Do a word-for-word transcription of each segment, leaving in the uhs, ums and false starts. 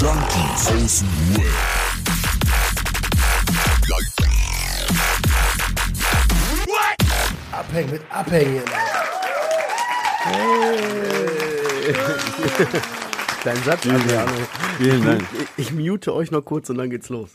Junkies aus dem Web. Abhängen mit Abhängen. Hey. Dein Satz, Adriano. Vielen Dank. Ich, ich mute euch noch kurz und dann geht's los.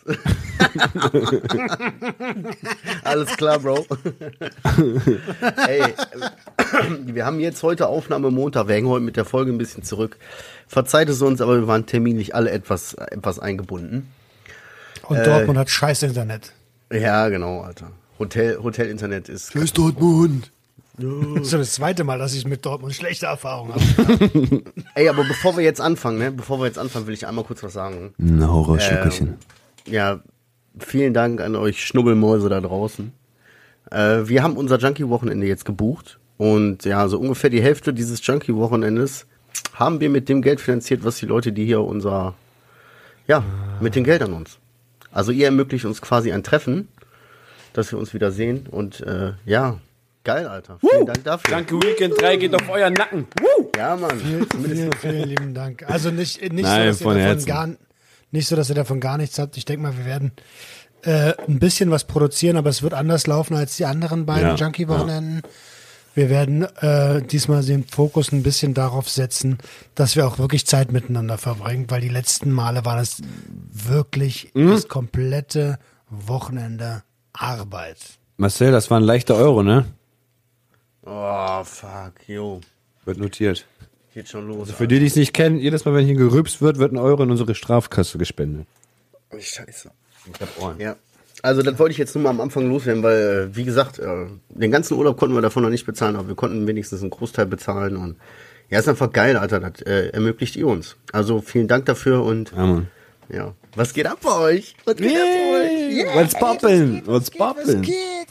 Alles klar, Bro. Ey, wir haben jetzt heute Aufnahme Montag. Wir hängen heute mit der Folge ein bisschen zurück. Verzeiht es uns, aber wir waren terminlich alle etwas, etwas eingebunden. Und äh, Dortmund hat scheiß Internet. Ja, genau, Alter. Hotel, Hotel-Internet ist... Tschüss, Dortmund. Das ist das zweite Mal, dass ich mit Dortmund schlechte Erfahrungen habe. Ey, aber bevor wir jetzt anfangen, ne, bevor wir jetzt anfangen, will ich einmal kurz was sagen. Ein Horrorschluckerchen. Ähm, ja, vielen Dank an euch Schnubbelmäuse da draußen. Äh, wir haben unser Junkie-Wochenende jetzt gebucht und ja, so ungefähr die Hälfte dieses Junkie-Wochenendes haben wir mit dem Geld finanziert, was die Leute, die hier unser, ja, mit den Geldern uns. Also ihr ermöglicht uns quasi ein Treffen, dass wir uns wieder sehen und äh, ja, geil, Alter. Vielen Woo! Dank dafür. Danke, Weekend drei geht auf euren Nacken. Woo! Ja, Mann. Vielen, vielen, vielen lieben Dank. Also nicht, nicht, Nein, so, dass von ihr davon Herzen. gar, nicht so, dass ihr davon gar nichts habt. Ich denke mal, wir werden äh, ein bisschen was produzieren, aber es wird anders laufen als die anderen beiden Ja, Junkie-Wochenenden. Wir werden äh, diesmal den Fokus ein bisschen darauf setzen, dass wir auch wirklich Zeit miteinander verbringen, weil die letzten Male war es wirklich Mhm. das komplette Wochenende Arbeit. Marcel, das war ein leichter Euro, ne? Oh, fuck, yo. Wird notiert. Geht schon los. Also für die, die es nicht kennen, jedes Mal, wenn hier gerülpst wird, wird ein Euro in unsere Strafkasse gespendet. Alter. Scheiße. Ich hab Ohren. Ja. Also das wollte ich jetzt nur mal am Anfang loswerden, weil, äh, wie gesagt, äh, den ganzen Urlaub konnten wir davon noch nicht bezahlen, aber wir konnten wenigstens einen Großteil bezahlen und ja, ist einfach geil, Alter, das äh, ermöglicht ihr uns. Also vielen Dank dafür und Ja, Mann. ja, was geht ab bei euch? Was geht ab bei euch? Yeah. What's poppin'? What's poppin'?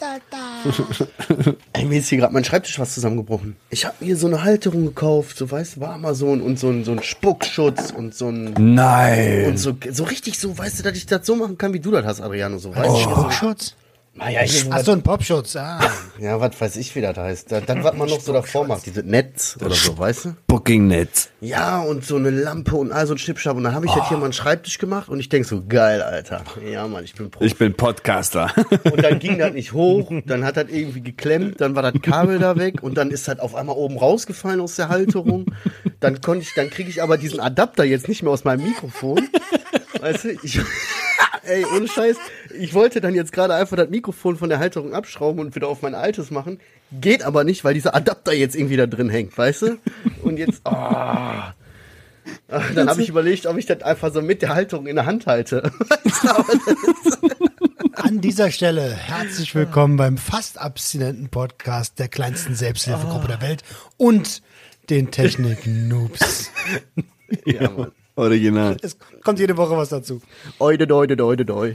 Ey, mir ist hier gerade mein Schreibtisch was zusammengebrochen. Ich habe mir so eine Halterung gekauft, so weißt du, bei Amazon und so ein, so ein Spuckschutz und so ein... Nein. Und so, so richtig so, weißt du, dass ich das so machen kann, wie du das hast, Adriano, so, weißt Oh. du? So, Popschutz? ah, ja, hier, Ach so, ein Popschutz, ah. ja, was weiß ich, wie das heißt. Da- Dann, was man noch so davor macht, diese Netz oder so, weißt du? Booking-Netz. Ja, und so eine Lampe und all so ein Schnippschnapp. Und dann habe ich das hier mal einen Schreibtisch gemacht und ich denk so, geil, Alter. Ja, Mann, ich bin Profi. Ich bin Podcaster. Und dann ging das nicht hoch, dann hat das irgendwie geklemmt, dann war das Kabel da weg und dann ist das auf einmal oben rausgefallen aus der Halterung. Dann konnte ich, dann kriege ich aber diesen Adapter jetzt nicht mehr aus meinem Mikrofon. Weißt du, ich, ey, ohne Scheiß, ich wollte dann jetzt gerade einfach das Mikrofon von der Halterung abschrauben und wieder auf mein altes machen. Geht aber nicht, weil dieser Adapter jetzt irgendwie da drin hängt, weißt du? Und jetzt, ah. Ach, dann habe ich überlegt, ob ich das einfach so mit der Halterung in der Hand halte. Weißt du, aber das ist An dieser Stelle herzlich willkommen beim fast abstinenten Podcast der kleinsten Selbsthilfegruppe der Welt und den Technik-Noobs. ja, Mann. Original. Es kommt jede Woche was dazu. Oide, doide, doide, doi.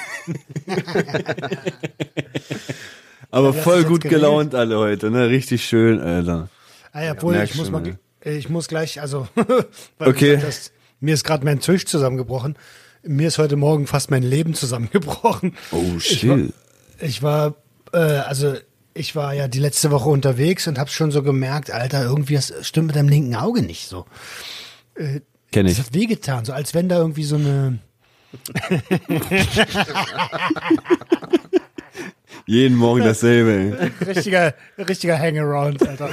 Aber Ja, voll hast du gut jetzt geregelt? gelaunt alle heute, ne? Richtig schön, Alter. Ah ja, obwohl, merk ich muss schon, mal, ey. ge- ich muss gleich, also, weil Okay. du gesagt hast, mir ist gerade mein Tisch zusammengebrochen. Mir ist heute Morgen fast mein Leben zusammengebrochen. Oh, Ich war, shit. ich war äh, also ich war ja die letzte Woche unterwegs und hab's schon so gemerkt, Alter, irgendwie das stimmt mit deinem linken Auge nicht so. Kenn Das ich. hat wehgetan, so als wenn da irgendwie so eine Jeden Morgen dasselbe, ey. richtiger, richtiger Hangaround, Alter.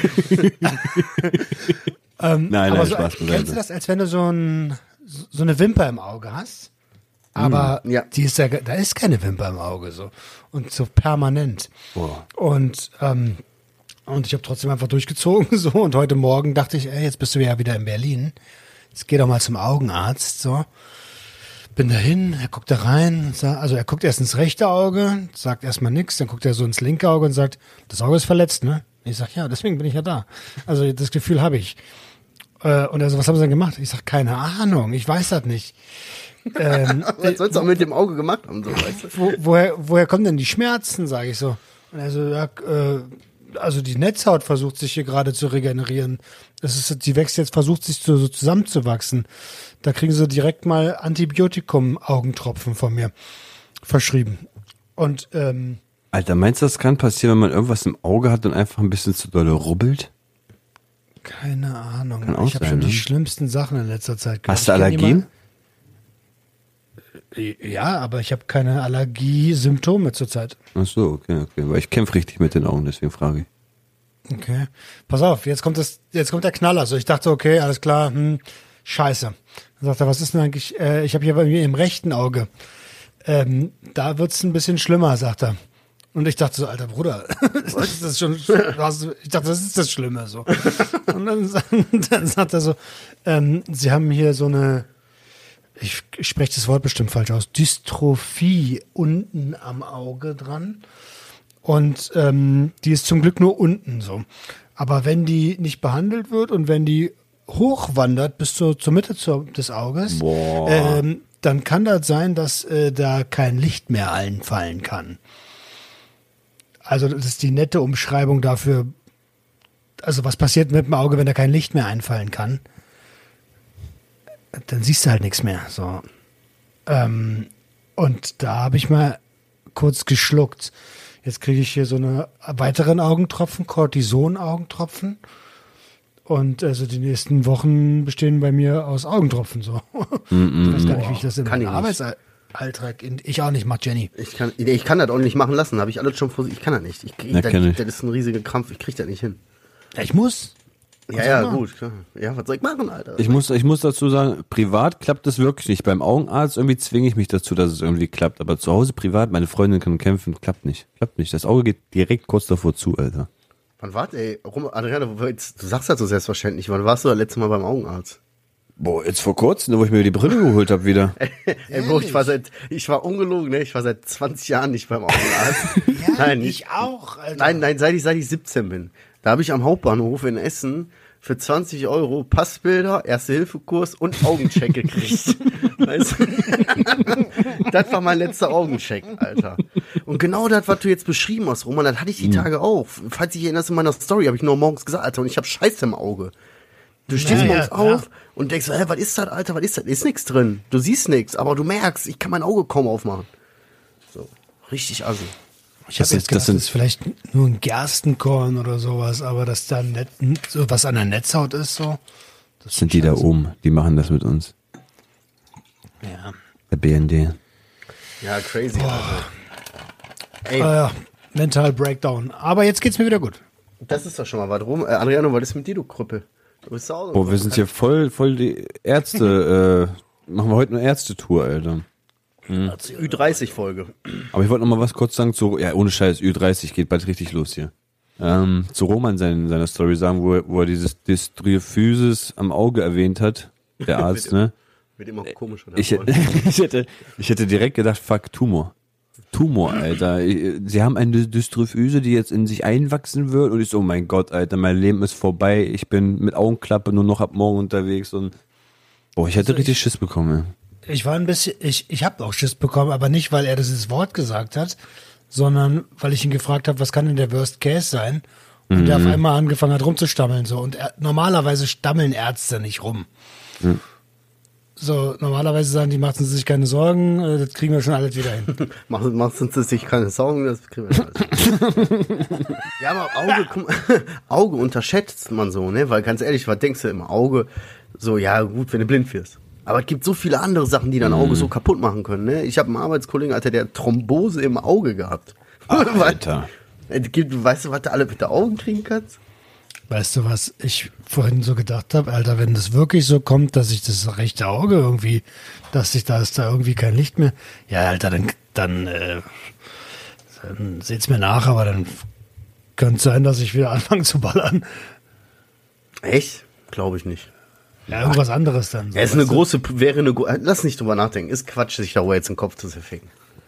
ähm, Nein, aber nein, so, Spaß kennst du beiseite. das, als wenn du so, ein, so eine Wimper im Auge hast? Aber ja. die ist ja, da ist keine Wimper im Auge so. Und so permanent. Boah. Und, ähm, und ich habe trotzdem einfach durchgezogen so. Und heute Morgen dachte ich, ey, jetzt bist du ja wieder in Berlin. Jetzt geh doch mal zum Augenarzt. So. Bin dahin, er guckt da rein, sag, also er guckt erst ins rechte Auge, sagt erstmal nichts, dann guckt er so ins linke Auge und sagt, das Auge ist verletzt, ne? Ich sag, ja, deswegen bin ich ja da. Also das Gefühl habe ich. Äh, und er so, was haben sie denn gemacht? Ich sag, keine Ahnung, ich weiß das nicht. ähm, Was sollst du auch mit dem Auge gemacht haben, so, weißt du? wo, woher, woher kommen denn die Schmerzen, sage ich so. Und er so, ja, äh, also die Netzhaut versucht sich hier gerade zu regenerieren. Es ist, die wächst jetzt, versucht sich so, so zusammenzuwachsen. Da kriegen sie direkt mal Antibiotikum-Augentropfen von mir verschrieben. Und ähm, Alter, meinst du, das kann passieren, wenn man irgendwas im Auge hat und einfach ein bisschen zu dolle rubbelt? keine Ahnung. Kann auch Ich habe sein, schon ne? die schlimmsten Sachen in letzter Zeit gehört. Hast du Ich kenn Allergien? jemanden- Ja, aber ich habe keine Allergiesymptome zurzeit. Ach so, okay, okay. Weil ich kämpfe richtig mit den Augen, deswegen frage ich. Okay. Pass auf, jetzt kommt das, jetzt kommt der Knaller. So, ich dachte, okay, alles klar, hm, scheiße. Dann sagt er, was ist denn eigentlich, äh, ich habe hier bei mir im rechten Auge. Ähm, da wird's ein bisschen schlimmer, sagt er. Und ich dachte so, alter Bruder, ist das schon, ich dachte, das ist das Schlimme, so. Und dann, dann sagt er so, ähm, sie haben hier so eine, ich, ich spreche das Wort bestimmt falsch aus, Dystrophie unten am Auge dran. Und ähm, die ist zum Glück nur unten so. Aber wenn die nicht behandelt wird und wenn die hochwandert bis zur, zur Mitte zur, des Auges, ähm, dann kann das sein, dass äh, da kein Licht mehr einfallen kann. Also das ist die nette Umschreibung dafür, also was passiert mit dem Auge, wenn da kein Licht mehr einfallen kann? Dann siehst du halt nichts mehr. So. Ähm, und da habe ich mal kurz geschluckt. Jetzt kriege ich hier so eine weiteren Augentropfen, Cortison-Augentropfen. Und also die nächsten Wochen bestehen bei mir aus Augentropfen. So. Mm, ich weiß gar nicht, wie ich das in Kann meinem ich nicht. Arbeitsalltag, in, ich auch nicht, macht Jenny. Ich kann, ich kann das auch nicht machen lassen, habe ich alles schon vor sich. Ich kann das nicht. Ich, ich, Ja, das, kenn ich. das ist ein riesiger Krampf, ich krieg das nicht hin. Ja, ich muss. Ja, ja, gut, klar. Ja, was soll ich machen, Alter? Ich muss, ich muss dazu sagen, privat klappt das wirklich nicht. Beim Augenarzt irgendwie zwinge ich mich dazu, dass es irgendwie klappt. Aber zu Hause privat, meine Freundin kann kämpfen, klappt nicht. Klappt nicht. Das Auge geht direkt kurz davor zu, Alter. Wann wart, ey? Rum, Adriano, du sagst das so selbstverständlich. Wann warst du das letzte Mal beim Augenarzt? Boah, jetzt vor kurzem, wo ich mir die Brille geholt habe wieder. Ey, Bro, ich war seit, ich war ungelogen, ne? Ich war seit zwanzig Jahren nicht beim Augenarzt. Ja, nein, ich auch, Alter. Nein, nein, seit ich, seit ich siebzehn bin. Da habe ich am Hauptbahnhof in Essen für zwanzig Euro Passbilder, Erste-Hilfe-Kurs und Augencheck gekriegt. Weißt du? Das war mein letzter Augencheck, Alter. Und genau das, was du jetzt beschrieben hast, Roman, das hatte ich die Tage auch. Falls ich erinnerst in meiner Story, habe ich nur morgens gesagt, Alter, und ich habe Scheiße im Auge. Du stehst Ja, morgens ja, auf ja. und denkst, hä, was ist das, Alter, was ist das? Ist nichts drin. Du siehst nichts, aber du merkst, ich kann mein Auge kaum aufmachen. So, richtig assi. Ich Das habe ist- jetzt gedacht, das sind- das ist vielleicht nur ein Gerstenkorn oder sowas, aber dass da Net, so was an der Netzhaut ist, so. Das sind die da oben, die machen das mit uns. Ja. Der B N D. Ja, crazy, Alter. Ey, Äh, Mental Breakdown. Aber jetzt geht's mir wieder gut. das ist doch schon mal was rum. Äh, Adriano, was ist mit dir, du Krüppel? Du bist zu Hause. Boah, wir sind hier voll, voll die Ärzte, äh, machen wir heute eine Ärztetour, Alter. Ü dreißig Folge. Aber ich wollte noch mal was kurz sagen zu, ja, ohne Scheiß, Ü dreißig geht bald richtig los hier. Ähm, zu Roman sein, seiner Story sagen, wo er, wo er dieses Dystryphysis am Auge erwähnt hat, der Arzt, ne? Wird immer komischer. Ich, hätte- ich hätte, ich hätte direkt gedacht, fuck, Tumor. Tumor, Alter. Sie haben eine Dystrophyse, die jetzt in sich einwachsen wird und ich so, oh mein Gott, Alter, mein Leben ist vorbei, ich bin mit Augenklappe nur noch ab morgen unterwegs und, boah, ich hätte richtig Schiss bekommen, ey. Ich war ein bisschen, ich, ich habe auch Schiss bekommen, aber nicht, weil er dieses Wort gesagt hat, sondern weil ich ihn gefragt habe, was kann denn der Worst Case sein? Und der auf einmal angefangen hat rumzustammeln, so. Und er, normalerweise stammeln Ärzte nicht rum. So, normalerweise sagen die, machen Sie sich keine Sorgen, äh, das kriegen wir schon alles wieder hin. Mach, machst uns sich keine Sorgen, das kriegen wir alles. Ja, aber Auge, guck mal, Auge unterschätzt man so, ne? Weil ganz ehrlich, was denkst du immer? Auge, so, ja gut, wenn du blind wirst. Aber es gibt so viele andere Sachen, die dein Auge so kaputt machen können, ne? Ich habe einen Arbeitskollegen, Alter, der hat Thrombose im Auge gehabt. Ach, Alter. Es gibt, weißt du, was du alle mit den Augen kriegen kannst? Weißt du, was ich vorhin so gedacht habe? Alter, wenn das wirklich so kommt, dass ich das rechte Auge irgendwie, dass ich da ist da irgendwie kein Licht mehr. Ja, Alter, dann, dann, äh, dann seht's mir nach, aber dann könnte es sein, dass ich wieder anfange zu ballern. Echt? Glaube ich nicht. Ja, irgendwas anderes dann. So, Ja, ist eine weißt du? große, wäre eine, gro- lass nicht drüber nachdenken. Ist Quatsch, sich da jetzt den Kopf zu zerficken.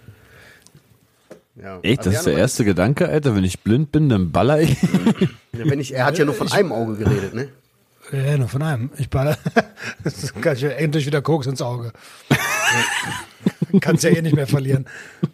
Ja. Echt, das ist Adriano, der erste Gedanke, Alter, wenn ich blind bin, dann baller ich. Ja, wenn ich, er hat ja nur von einem Auge geredet, ne? Ja, nur von einem. Ich baller. Das kann ich ja endlich wieder Koks ins Auge. Kannst ja eh nicht mehr verlieren.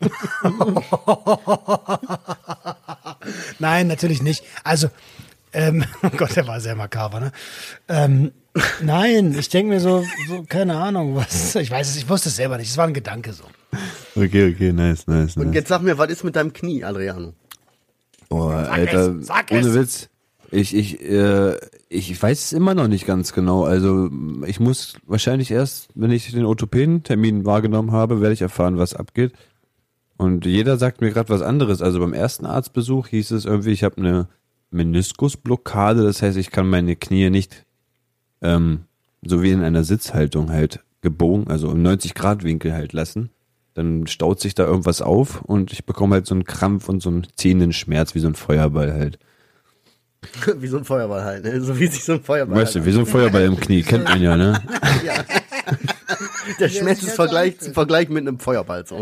Nein, natürlich nicht. Also, ähm, oh Gott, der war sehr makaber, ne? Ähm, nein, ich denke mir so, so, keine Ahnung, was, ich weiß es, ich wusste es selber nicht, es war ein Gedanke so. Okay, okay, nice, nice, Und nice. jetzt sag mir, was ist mit deinem Knie, Adriano? Boah, Alter, es, sag ohne es. Witz. Ich, ich, äh, Ich weiß es immer noch nicht ganz genau. Also ich muss wahrscheinlich erst, wenn ich den Orthopäden-Termin wahrgenommen habe, werde ich erfahren, was abgeht. Und jeder sagt mir gerade was anderes. Also beim ersten Arztbesuch hieß es irgendwie, ich habe eine Meniskusblockade. Das heißt, ich kann meine Knie nicht ähm, so wie in einer Sitzhaltung halt gebogen, also im neunzig Grad Winkel halt lassen. Dann staut sich da irgendwas auf und ich bekomme halt so einen Krampf und so einen ziehenden Schmerz wie so ein Feuerball halt. Wie so ein Feuerball halt, ne? So wie sich so ein Feuerball Weißt halt du, wie so ein Feuerball im Knie, kennt man ja, ne? ja. Der Schmerz ist Vergleich, zu vergleichen mit einem Feuerball so.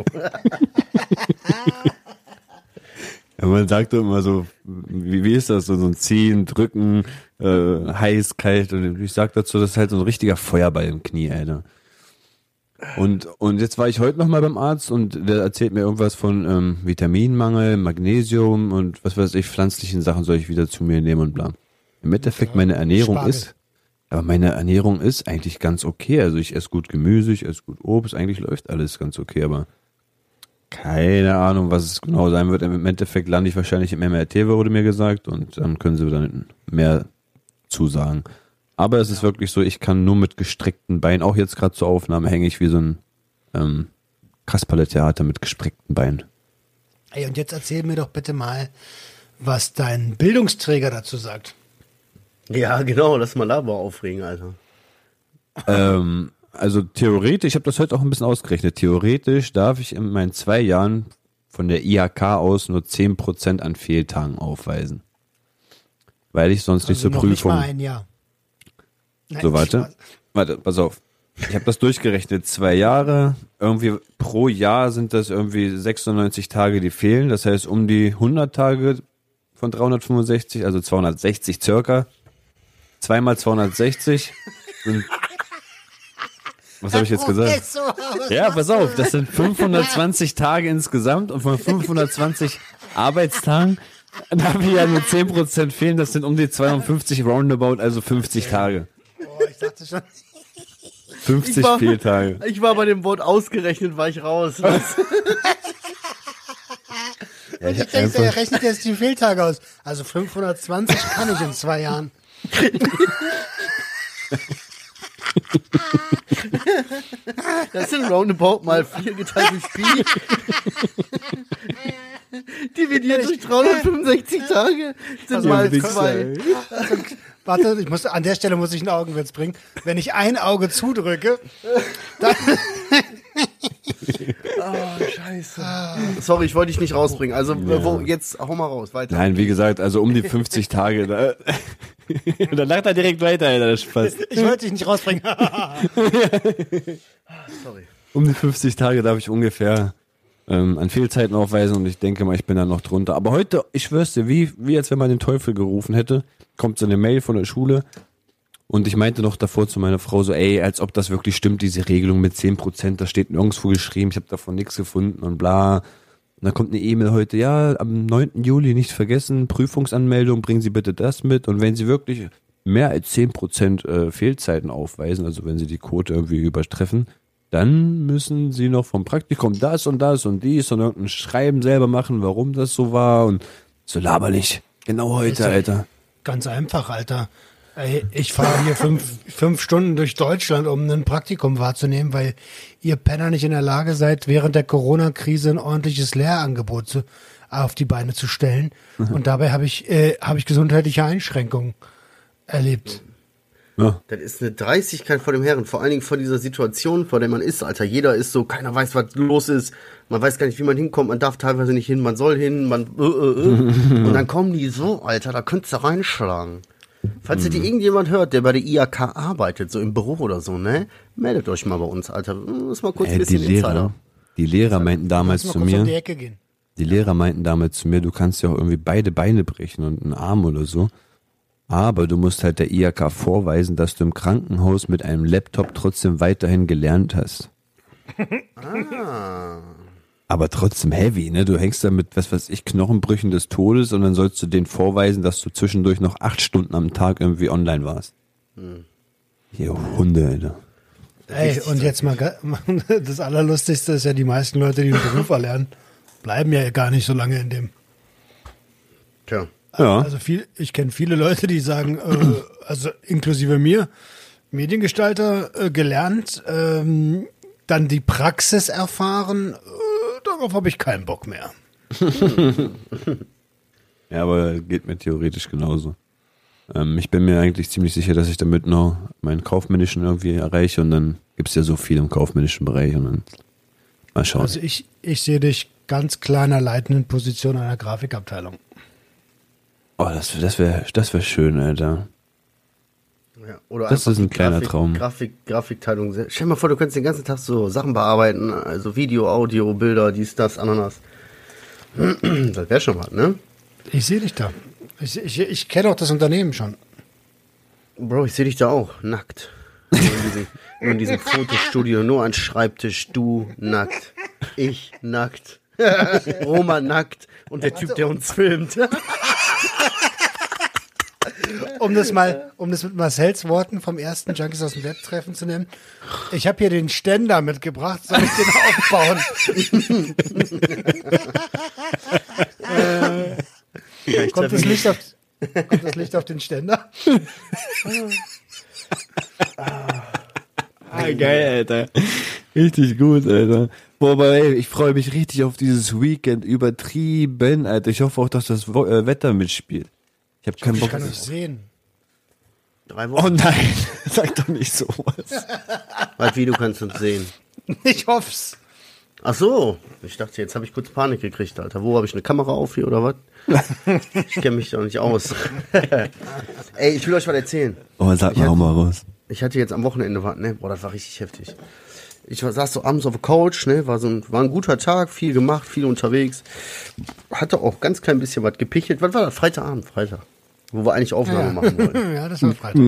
Ja, man sagt doch immer so, wie, wie ist das, so, so ein Ziehen, Drücken, äh, heiß, kalt und ich sag dazu, das ist halt so ein richtiger Feuerball im Knie, Alter. Und, und jetzt war ich heute nochmal beim Arzt und der erzählt mir irgendwas von ähm, Vitaminmangel, Magnesium und was weiß ich, pflanzlichen Sachen soll ich wieder zu mir nehmen und bla. Im Endeffekt meine Ernährung Spargel. ist, aber meine Ernährung ist eigentlich ganz okay. Also ich esse gut Gemüse, ich esse gut Obst, eigentlich läuft alles ganz okay, aber keine Ahnung, was es genau sein wird. Im Endeffekt lande ich wahrscheinlich im M R T, wurde mir gesagt, und dann können sie dann mehr zusagen. Aber es ist wirklich so, ich kann nur mit gestreckten Beinen, auch jetzt gerade zur Aufnahme hänge ich wie so ein ähm, Kasperle-Theater mit gestreckten Beinen. Ey, und jetzt erzähl mir doch bitte mal, was dein Bildungsträger dazu sagt. Ja, genau, lass mal da aber aufregen, Alter. ähm, also theoretisch, ich habe das heute auch ein bisschen ausgerechnet, theoretisch darf ich in meinen zwei Jahren von der I H K aus nur zehn Prozent an Fehltagen aufweisen. Weil ich sonst nicht Also zur noch Prüfung... Nicht mal ein Jahr. Nein, So, warte. Spaß. Warte, pass auf. Ich habe das durchgerechnet. Zwei Jahre, irgendwie pro Jahr sind das irgendwie sechsundneunzig Tage, die fehlen. Das heißt, um die hundert Tage von dreihundertfünfundsechzig, also zweihundertsechzig circa. Zweimal zweihundertsechzig sind... Was habe ich jetzt gesagt? Ja, pass auf, das sind fünfhundertzwanzig Tage insgesamt und von fünfhundertzwanzig Arbeitstagen darf ich ja nur zehn Prozent fehlen. Das sind um die zweiundfünfzig roundabout, also fünfzig Tage. Oh, ich dachte schon. fünfzig Ich war- Fehltage. Ich war bei dem Wort ausgerechnet, war ich raus. Was? Ja, ich Ich hab denke, einfach, er rechnet jetzt die Fehltage aus. Also fünfhundertzwanzig kann ich in zwei Jahren. Das sind roundabout mal vier geteilt durch Pi. Dividiert durch dreihundertfünfundsechzig Tage sind Also, mal Wichser, zwei. Warte, ich muss, an der Stelle muss ich einen Augenwitz bringen. Wenn ich ein Auge zudrücke, dann... Oh, scheiße. Sorry, ich wollte dich nicht rausbringen. Also, Ja. wo, jetzt hau mal raus, weiter. nein, wie gesagt, also um die fünfzig Tage. Da, dann lacht er direkt weiter, Alter, das Spaß. Ich wollte dich nicht rausbringen. Sorry. Um die fünfzig Tage darf ich ungefähr ähm, an Fehlzeiten aufweisen und ich denke mal, ich bin da noch drunter. Aber heute, ich schwör's dir, wie, wie als wenn man den Teufel gerufen hätte, kommt so eine Mail von der Schule und ich meinte noch davor zu meiner Frau so, ey, als ob das wirklich stimmt, diese Regelung mit zehn Prozent, das steht nirgendwo geschrieben, ich habe davon nichts gefunden und bla. Und dann kommt eine E-Mail heute, ja, am neunten Juli nicht vergessen, Prüfungsanmeldung, bringen Sie bitte das mit und wenn Sie wirklich mehr als zehn Prozent äh, Fehlzeiten aufweisen, also wenn Sie die Quote irgendwie übertreffen, dann müssen Sie noch vom Praktikum das und das und dies und irgendein Schreiben selber machen, warum das so war und so laberlich. Genau heute, ja- Alter. Ganz einfach, Alter. Ey, ich fahre hier fünf, fünf Stunden durch Deutschland, um ein Praktikum wahrzunehmen, weil ihr Penner nicht in der Lage seid, während der Corona-Krise ein ordentliches Lehrangebot zu, auf die Beine zu stellen. Und dabei habe ich, äh, habe ich gesundheitliche Einschränkungen erlebt. Ja. Das ist eine Dreistigkeit vor dem Herren, vor allen Dingen vor dieser Situation, vor der man ist, Alter. Jeder ist so, keiner weiß, was los ist, man weiß gar nicht, wie man hinkommt, man darf teilweise nicht hin, man soll hin, man äh, äh, äh. Und dann kommen die so, Alter, da könntest du reinschlagen. Falls ihr die irgendjemand hört, der bei der I H K arbeitet, so im Büro oder so, ne, meldet euch mal bei uns, Alter. Das ist mal kurz ein Ey, die bisschen Lehrer, Insider. die Lehrer meinten damals Lass zu mal kurz um die mir, Ecke gehen. die Lehrer meinten damals zu mir, du kannst ja auch irgendwie beide Beine brechen und einen Arm oder so. Aber du musst halt der I H K vorweisen, dass du im Krankenhaus mit einem Laptop trotzdem weiterhin gelernt hast. Ah. Aber trotzdem heavy, ne? Du hängst da mit, was weiß ich, Knochenbrüchen des Todes und dann sollst du denen vorweisen, dass du zwischendurch noch acht Stunden am Tag irgendwie online warst. Hm. Hier Hunde, Alter. Ey, und jetzt mal, ga- das Allerlustigste ist ja, die meisten Leute, die den Beruf erlernen, bleiben ja gar nicht so lange in dem. Tja. Ja. Also viel, ich kenne viele Leute, die sagen, äh, also inklusive mir, Mediengestalter äh, gelernt, ähm, dann die Praxis erfahren, äh, darauf habe ich keinen Bock mehr. Ja, aber geht mir theoretisch genauso. Ähm, ich bin mir eigentlich ziemlich sicher, dass ich damit noch meinen kaufmännischen irgendwie erreiche und dann gibt es ja so viel im kaufmännischen Bereich und dann mal schauen. Also ich, ich sehe dich ganz kleiner leitenden Position einer Grafikabteilung. Oh, das, das wäre das wär schön, Alter. Ja, oder Das einfach ist ein die kleiner Grafik, Traum. Grafik, Grafikteilung. Stell dir mal vor, du könntest den ganzen Tag so Sachen bearbeiten, also Video, Audio, Bilder, dies, das, Ananas. Das wäre schon was, ne? Ich sehe dich da. Ich, ich, ich kenne auch das Unternehmen schon. Bro, ich sehe dich da auch, nackt. Nur in diesem, nur in diesem Fotostudio, nur an Schreibtisch, du nackt, ich nackt, Roma nackt und der Typ, der uns filmt. Um das mal, um das mit Marcells Worten vom ersten Junkies aus dem Web-Treffen zu nennen. Ich habe hier den Ständer mitgebracht, soll ich den aufbauen? Ja, ich Kommt treffe das, mich- Licht auf, kommt das Licht auf den Ständer? Ah, geil, Alter. Richtig gut, Alter. Boah, aber ey, ich freue mich richtig auf dieses Weekend. Übertrieben, Alter. Ich hoffe auch, dass das Wo- äh, Wetter mitspielt. Ich habe keinen Ich Bock. kann euch sehen. Drei Oh Wochen. nein, sag doch nicht sowas. Was, wie, du kannst uns sehen. Ich hoff's. Ach so, ich dachte, jetzt habe ich kurz Panik gekriegt, Alter. Wo, habe ich eine Kamera auf hier oder was? Ich kenne mich doch nicht aus. Ey, ich will euch was erzählen. Oh, sag Ich mal hatte- auch mal raus. Ich hatte jetzt am Wochenende was, ne? Boah, das war richtig heftig. Ich war, saß so abends auf der Couch, ne? War so ein, war ein guter Tag, viel gemacht, viel unterwegs. Hatte auch ganz klein bisschen was gepichelt. Was war das? Freitagabend, Freitag. Wo wir eigentlich Aufnahme Ja. machen wollten. Ja, das war Freitag.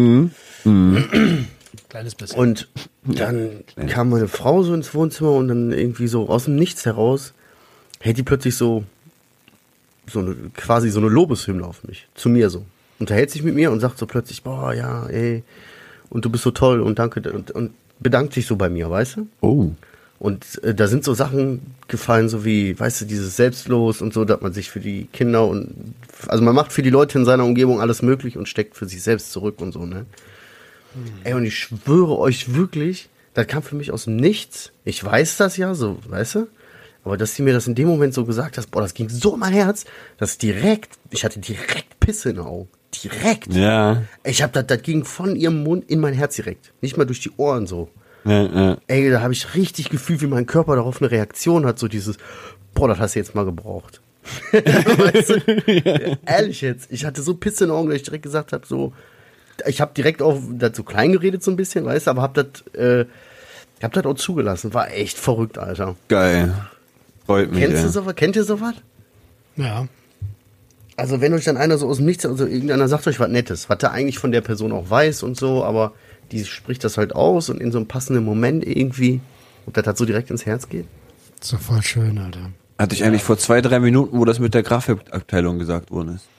Kleines bisschen. Und dann kam meine Frau so ins Wohnzimmer und dann irgendwie so aus dem Nichts heraus hält die plötzlich so, so eine, quasi so eine Lobeshymne auf mich. Zu mir so. Unterhält sich mit mir und sagt so plötzlich, boah, ja, ey, und du bist so toll und danke und, und bedankt sich so bei mir, weißt du? Oh. Und äh, da sind so Sachen gefallen, so wie, weißt du, dieses Selbstlos und so, dass man sich für die Kinder und, also man macht für die Leute in seiner Umgebung alles möglich und steckt für sich selbst zurück und so, ne? Mhm. Ey, und ich schwöre euch wirklich, das kam für mich aus dem Nichts. Ich weiß das ja, so, weißt du? Aber dass sie mir das in dem Moment so gesagt hat, boah, das ging so in mein Herz, dass direkt, ich hatte direkt Pisse in den Augen. Direkt. Ja. Ich hab das, das ging von ihrem Mund in mein Herz direkt. Nicht mal durch die Ohren so. Ja, ja. Ey, da habe ich richtig gefühlt, wie mein Körper darauf eine Reaktion hat, so dieses, boah, das hast du jetzt mal gebraucht. Weißt du? Ehrlich jetzt, ich hatte so Pisse in den Augen, dass ich direkt gesagt habe, so, ich habe direkt auch dazu klein geredet so ein bisschen, weißt du, aber hab das, äh, hab das auch zugelassen. War echt verrückt, Alter. Geil. Freut mich, Kennst ey. du sowas? Kennt ihr sowas? Ja. Also wenn euch dann einer so aus dem Nichts, also irgendeiner sagt euch was Nettes, was er eigentlich von der Person auch weiß und so, aber die spricht das halt aus und in so einem passenden Moment irgendwie, und das halt so direkt ins Herz geht. Ist doch voll schön, Alter. Hatte ich eigentlich vor zwei, drei Minuten, wo das mit der Grafikabteilung gesagt worden ist.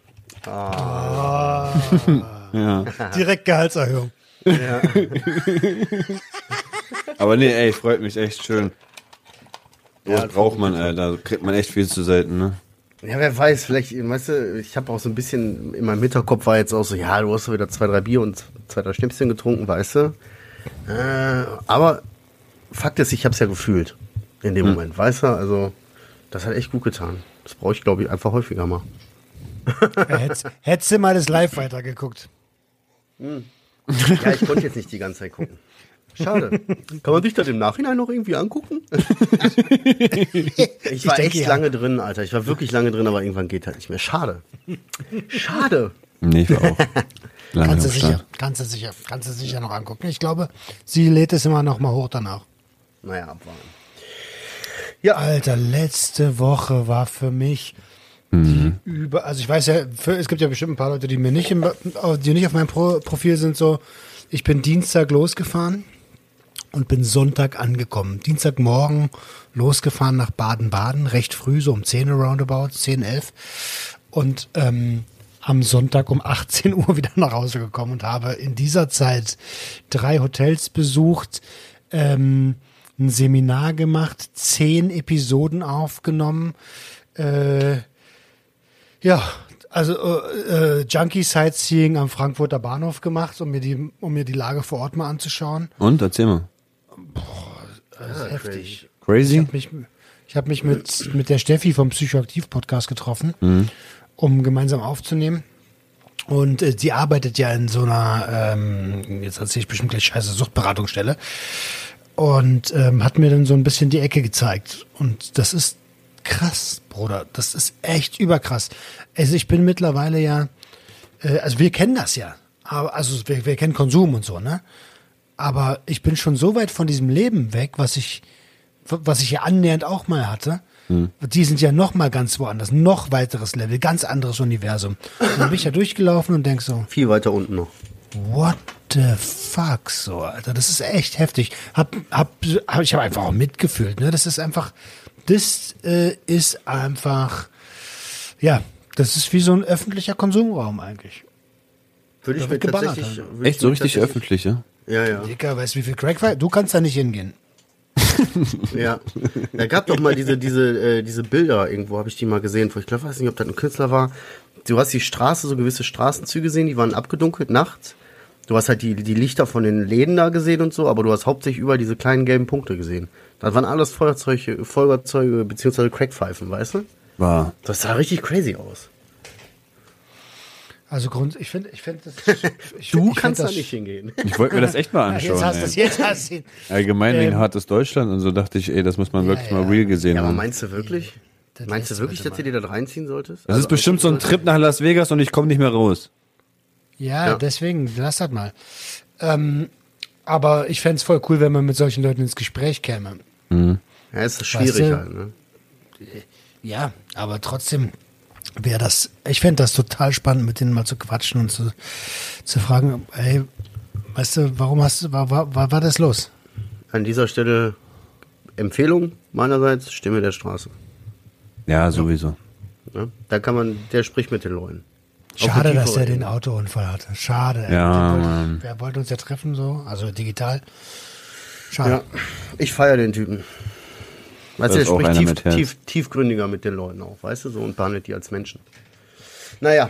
Ja. Direkt Gehaltserhöhung. Aber nee, ey, freut mich echt schön. Ja, Das braucht man, ey. Da kriegt man echt viel zu selten, ne? Ja, wer weiß, vielleicht, weißt du, ich habe auch so ein bisschen, in meinem Hinterkopf war jetzt auch so, ja, du hast so wieder zwei, drei Bier und zwei, drei Schnäpschen getrunken, weißt du. Äh, aber Fakt ist, ich habe es ja gefühlt in dem Moment, weißt du, also das hat echt gut getan. Das brauche ich, glaube ich, einfach häufiger mal. Ja, hättest, hättest du mal das Live weitergeguckt. Ja, ich konnte jetzt nicht die ganze Zeit gucken. Schade. Kann man sich das im Nachhinein noch irgendwie angucken? Ich war denke, echt ja. lange drin, Alter. Ich war wirklich lange drin, aber irgendwann geht halt nicht mehr. Schade. Schade. Nee, ich war auch lange Kannst du am sicher, Start. kannst du sicher, kannst du sicher noch angucken. Ich glaube, sie lädt es immer noch mal hoch danach. Naja, abwarten. Alter, letzte Woche war für mich die über, also ich weiß ja, für, es gibt ja bestimmt ein paar Leute, die mir nicht, im, die nicht auf meinem Pro, Profil sind, so. Ich bin Dienstag losgefahren und bin Sonntag angekommen. Dienstagmorgen losgefahren nach Baden-Baden, recht früh, so um zehn Uhr roundabout, zehn, elf. Und ähm, am Sonntag um achtzehn Uhr wieder nach Hause gekommen und habe in dieser Zeit drei Hotels besucht, ähm, ein Seminar gemacht, zehn Episoden aufgenommen. Äh, ja, Also äh, äh, Junkie Sightseeing am Frankfurter Bahnhof gemacht, um mir die, um mir die Lage vor Ort mal anzuschauen. Und, erzähl mal. Das ist heftig. Ich Crazy? habe mich, ich hab mich mit, mit der Steffi vom Psychoaktiv-Podcast getroffen, Mhm. um gemeinsam aufzunehmen. Und äh, sie arbeitet ja in so einer, ähm, jetzt erzähle ich bestimmt gleich scheiße, Suchtberatungsstelle. Und ähm, hat mir dann so ein bisschen die Ecke gezeigt. Und das ist krass, Bruder. Das ist echt überkrass. Also ich bin mittlerweile ja, äh, also wir kennen das ja. Aber, also wir, wir kennen Konsum und so, ne? Aber ich bin schon so weit von diesem Leben weg, was ich, was ich ja annähernd auch mal hatte. Hm. Die sind ja noch mal ganz woanders, noch weiteres Level, ganz anderes Universum. Und dann bin ich ja durchgelaufen und denk so, Viel weiter unten noch. what the fuck, so, Alter, das ist echt heftig. Hab, hab, hab ich habe einfach auch mitgefühlt, ne? Das ist einfach, das äh, ist einfach, ja, das ist wie so ein öffentlicher Konsumraum eigentlich. Würde ich Da mir wird geballert, tatsächlich. also. würde ich Echt so mir richtig tatsächlich- öffentlich, ja? Ja, ja. Dicker, weißt du, wie viel Crack war? Du kannst da nicht hingehen. Ja, da gab doch mal diese diese äh, diese Bilder irgendwo, habe ich die mal gesehen. Ich glaube, weiß nicht, ob das ein Künstler war. Du hast die Straße, so gewisse Straßenzüge gesehen, die waren abgedunkelt nachts. Du hast halt die die Lichter von den Läden da gesehen und so, aber du hast hauptsächlich überall diese kleinen gelben Punkte gesehen. Das waren alles Feuerzeuge, Feuerzeuge beziehungsweise Crackpfeifen, weißt du? War. Das sah richtig crazy aus. Also Grund, ich finde, ich finde das. Ich, Du ich find kannst da das, nicht hingehen. Ich wollte mir das echt mal Ja, jetzt anschauen. hast du es, ey. jetzt hast du ihn. Allgemein wegen Ähm, hartes Deutschland und so dachte ich, ey, das muss man wirklich ja. mal real gesehen Ja, aber haben. meinst du wirklich? Das Meinst du lässt wirklich, heute dass du dir das reinziehen solltest? Das ist bestimmt so ein Trip nach Las Vegas und ich komme nicht mehr raus. Ja, Ja. deswegen, lass das mal. Ähm, aber ich fände es voll cool, wenn man mit solchen Leuten ins Gespräch käme. Ja, ist schwierig Weißt du? halt, ne? Ja, aber trotzdem wäre das, ich fände das total spannend, mit denen mal zu quatschen und zu, zu fragen, ey, weißt du, warum hast du, war, war, war, war das los? An dieser Stelle Empfehlung meinerseits, Stimme der Straße. Ja, sowieso. Ne? Da kann man, der spricht mit den Leuten. Auf Schade, eine dass tiefere der den Ebene. Autounfall hatte. Schade. ey. Ja, Der wollte- Mann. Wer wollte uns ja treffen, so, also digital. Schade. Ja, ich feiere den Typen. Weißt Das du, ist der auch spricht einer tief, mit Herz. tief, tiefgründiger mit den Leuten auch, weißt du, so und behandelt die als Menschen. Naja,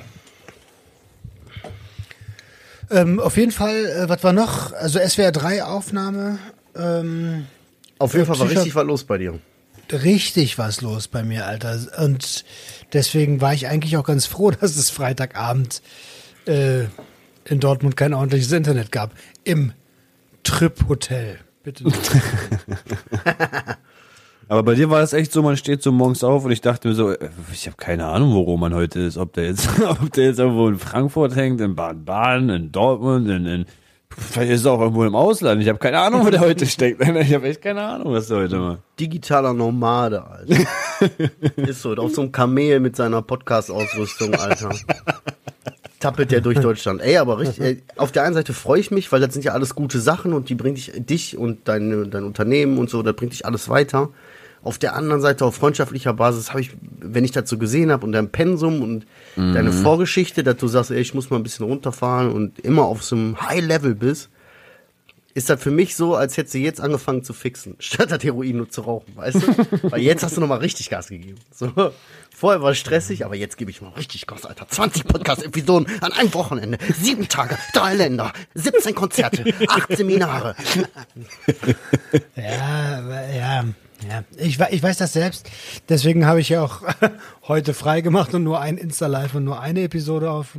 Ähm, auf jeden Fall, äh, was war noch? Also S W R drei Aufnahme, ähm, auf jeden Fall war Psycho- richtig was los bei dir. richtig was los bei mir, Alter. Und deswegen war ich eigentlich auch ganz froh, dass es Freitagabend äh, in Dortmund kein ordentliches Internet gab. Im Trip-Hotel. Bitte nicht. Aber bei dir war es echt so, man steht so morgens auf und ich dachte mir so, äh, ich habe keine Ahnung, wo Roman heute ist. Ob der jetzt, ob der jetzt irgendwo in Frankfurt hängt, in Baden-Baden, in Dortmund, in, in vielleicht ist er auch irgendwo im Ausland. Ich habe keine Ahnung, wo der heute steckt. Ich habe echt keine Ahnung, was der heute macht. Digitaler Nomade, Alter. Ist so, auf so einem Kamel mit seiner Podcast-Ausrüstung, Alter. Tappelt der durch Deutschland. Ey, aber richtig, ey, auf der einen Seite freue ich mich, weil das sind ja alles gute Sachen und die bringt dich, dich und dein, dein Unternehmen und so, das bringt dich alles weiter. Auf der anderen Seite, auf freundschaftlicher Basis, habe ich, wenn ich das so gesehen habe und dein Pensum und Mhm. deine Vorgeschichte, dass du sagst, ey, ich muss mal ein bisschen runterfahren und immer auf so einem High-Level bist, ist das für mich so, als hättest du jetzt angefangen zu fixen, statt das Heroin nur zu rauchen, weißt du? Weil jetzt hast du nochmal richtig Gas gegeben. So. Vorher war es stressig, aber jetzt gebe ich mal richtig Gas, Alter. zwanzig Podcast-Episoden an einem Wochenende, sieben Tage, drei Länder, siebzehn Konzerte, acht Seminare. Ja, aber- ja, ja. Ich, wei- ich weiß das selbst. Deswegen habe ich ja auch heute frei gemacht und nur ein Insta-Live und nur eine Episode auf.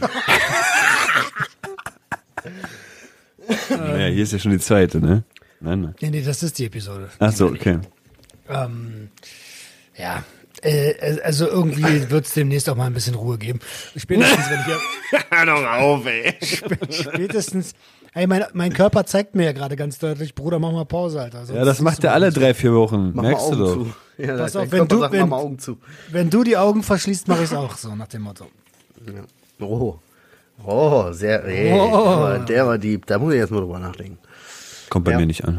Naja, hier ist ja schon die zweite, ne? Nein, nein. Nee, nee, das ist die Episode. Ach so, okay. Ähm, ja, äh, also irgendwie wird es demnächst auch mal ein bisschen Ruhe geben. Spätestens, wenn ich ja, Hör doch auf, ey. spätestens, ey, mein, mein Körper zeigt mir ja gerade ganz deutlich, Bruder, mach mal Pause, Alter. Sonst Ja, das siehst macht du er mal alle nichts. drei, vier Wochen. Mach Merkst mal du Augen doch. zu. Ja, Pass dein auf, wenn Körper du- sagt, wenn- mach mal Augen zu. Wenn du die Augen verschließt, mache ich es auch so, nach dem Motto. Ja. Oh. Oh, sehr, ey, Oh. Der, war, der war deep. Da muss ich jetzt mal drüber nachdenken. Kommt bei Ja. mir nicht an.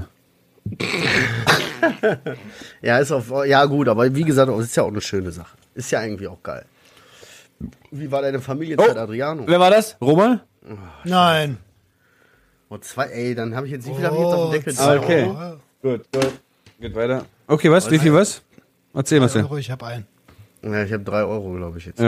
Ja, ist auf, ja gut, aber wie gesagt, es ist ja auch eine schöne Sache. Ist ja irgendwie auch geil. Wie war deine Familienzeit, Oh. Adriano? Wer war das? Roman? Nein. Oh, zwei, ey, dann habe ich jetzt, wie viel habe ich jetzt auf dem Deckel? Ah, Zwei okay. Euro? Gut, gut. Geht weiter. Okay, was? Wie viel was? Erzähl, Marcel. Euro, ich habe einen. Ja, ich habe drei Euro, glaube ich jetzt. Ja.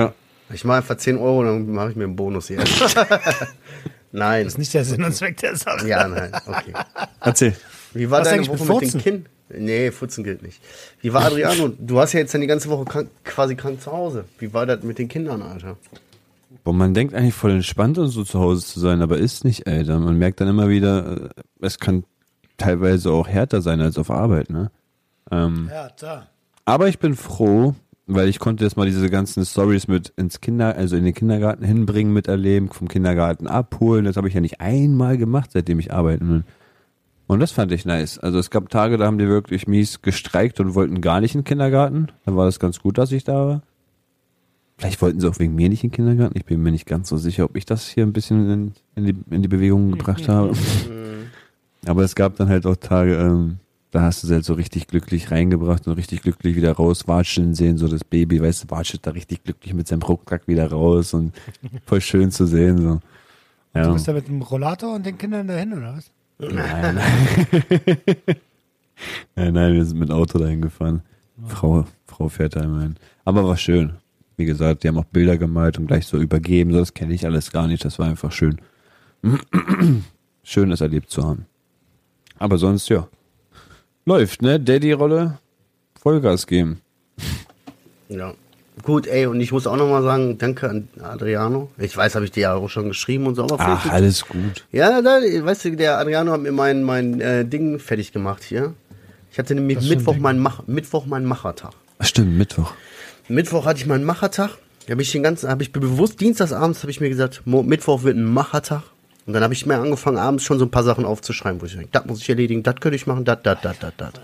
Ich mache einfach zehn Euro, dann mache ich mir einen Bonus hier. Nein. Das ist nicht der Sinn und Zweck der Sache. Ja, nein, okay. Erzähl. Wie war Was deine eigentlich Woche mit mit den Furzen? Kindern? Nee, Futzen gilt nicht. Wie war Adriano? Du hast ja jetzt dann die ganze Woche krank, quasi krank zu Hause. Wie war das mit den Kindern, Alter? Boah, man denkt eigentlich voll entspannt und so zu Hause zu sein, aber ist nicht, Alter. Man merkt dann immer wieder, äh, es kann teilweise auch härter sein als auf Arbeit, ne? Ähm, Ja, da. aber ich bin froh, weil ich konnte jetzt mal diese ganzen Stories mit ins Kinder, also in den Kindergarten hinbringen, miterleben, vom Kindergarten abholen. Das habe ich ja nicht einmal gemacht, seitdem ich arbeiten bin. Und das fand ich nice. Also es gab Tage, da haben die wirklich mies gestreikt und wollten gar nicht in den Kindergarten. Dann war das ganz gut, dass ich da war. Vielleicht wollten sie auch wegen mir nicht in den Kindergarten. Ich bin mir nicht ganz so sicher, ob ich das hier ein bisschen in, in, die, in die Bewegung gebracht habe. Aber es gab dann halt auch Tage, ähm, da hast du sie halt so richtig glücklich reingebracht und richtig glücklich wieder rauswatscheln sehen. So das Baby, weißt du, watschelt da richtig glücklich mit seinem Rucksack wieder raus und voll schön zu sehen. So. Ja. Du bist da mit dem Rollator und den Kindern dahin, oder was? Nein, nein. nein, nein, wir sind mit Auto dahin gefahren. Frau, Frau fährt da immer hin. Aber war schön. Wie gesagt, die haben auch Bilder gemalt und gleich so übergeben. So, das kenne ich alles gar nicht. Das war einfach schön. Schön, das erlebt zu haben. Aber sonst, ja. Läuft, ne? Daddy-Rolle, Vollgas geben. Ja. Gut, ey, und ich muss auch nochmal sagen, danke an Adriano. Ich weiß, habe ich dir ja auch schon geschrieben und so. Aber Ach, vielleicht- alles gut. Ja, da, weißt du, der Adriano hat mir mein, mein äh, Ding fertig gemacht hier. Ich hatte nämlich Was für ein Mittwoch Ding? meinen Mach, Mittwoch meinen Machertag. Ach, stimmt, Mittwoch. Mittwoch hatte ich meinen Machertag. Da habe ich den ganzen, habe ich bewusst dienstagsabends habe ich mir gesagt, Mo- Mittwoch wird ein Machertag. Und dann habe ich mir angefangen, abends schon so ein paar Sachen aufzuschreiben, wo ich denke, das muss ich erledigen, das könnte ich machen, das, das, das, das, das.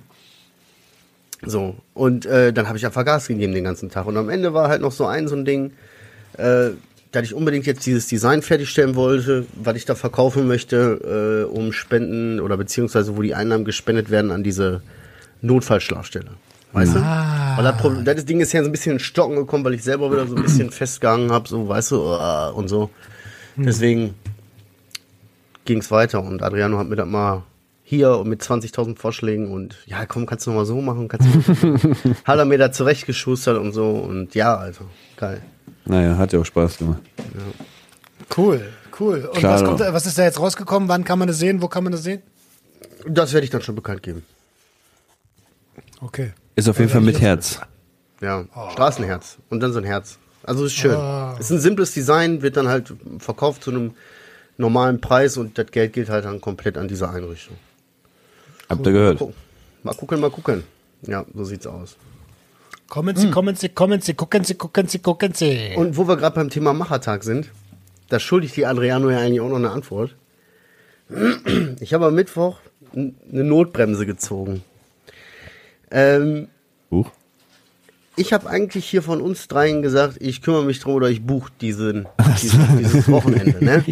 So, und äh, dann habe ich einfach Gas gegeben den ganzen Tag. Und am Ende war halt noch so ein so ein Ding, äh, dass ich unbedingt jetzt dieses Design fertigstellen wollte, was ich da verkaufen möchte, äh, um Spenden oder beziehungsweise wo die Einnahmen gespendet werden an diese Notfallschlafstelle. Weißt Ah. du? Weil das, Problem- das Ding ist ja so ein bisschen in Stocken gekommen, weil ich selber wieder so ein bisschen festgegangen habe, so, weißt du, uh, und so. Deswegen ging es weiter und Adriano hat mir das mal hier und mit zwanzigtausend Vorschlägen und ja, komm, kannst du noch mal so machen, kannst du hat er mir da zurechtgeschustert und so und ja, also, geil. Naja, hat ja auch Spaß gemacht. Cool, cool. Und Klar, was, kommt, doch. da- was ist da jetzt rausgekommen? Wann kann man das sehen? Wo kann man das sehen? Das werde ich dann schon bekannt geben. Okay. Ist auf jeden Fall mit Herz. Ja, Straßenherz und dann so ein Herz. Also ist schön. Ist ein simples Design, wird dann halt verkauft zu einem normalen Preis und das Geld geht halt dann komplett an diese Einrichtung. Habt ihr gehört? Guck- Mal gucken, mal gucken. Ja, so sieht's aus. Kommen Sie, kommen Sie, kommen Sie, gucken Sie, gucken Sie, gucken Sie. Und wo wir gerade beim Thema Machertag sind, da schulde ich die Adriano ja eigentlich auch noch eine Antwort. Ich habe am Mittwoch n- eine Notbremse gezogen. Ähm, Huch. ich habe eigentlich hier von uns dreien gesagt, ich kümmere mich drum oder ich buche diesen, diesen, dieses Wochenende. Ne?